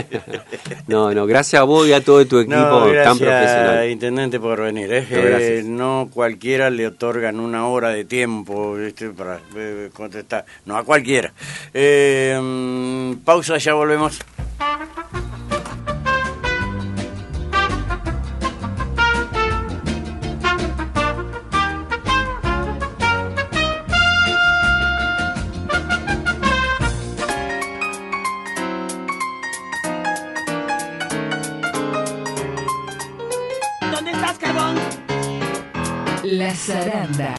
No, no, gracias a vos y a todo tu equipo No, tan gracias, profesional. Intendente, por venir. ¿eh? No, gracias. Eh, no cualquiera le otorgan una hora de tiempo, ¿viste? Para eh, contestar. No a cualquiera. Eh, mm, pausa, ya volvemos. ¿Dónde estás, carbón? La Zaranda.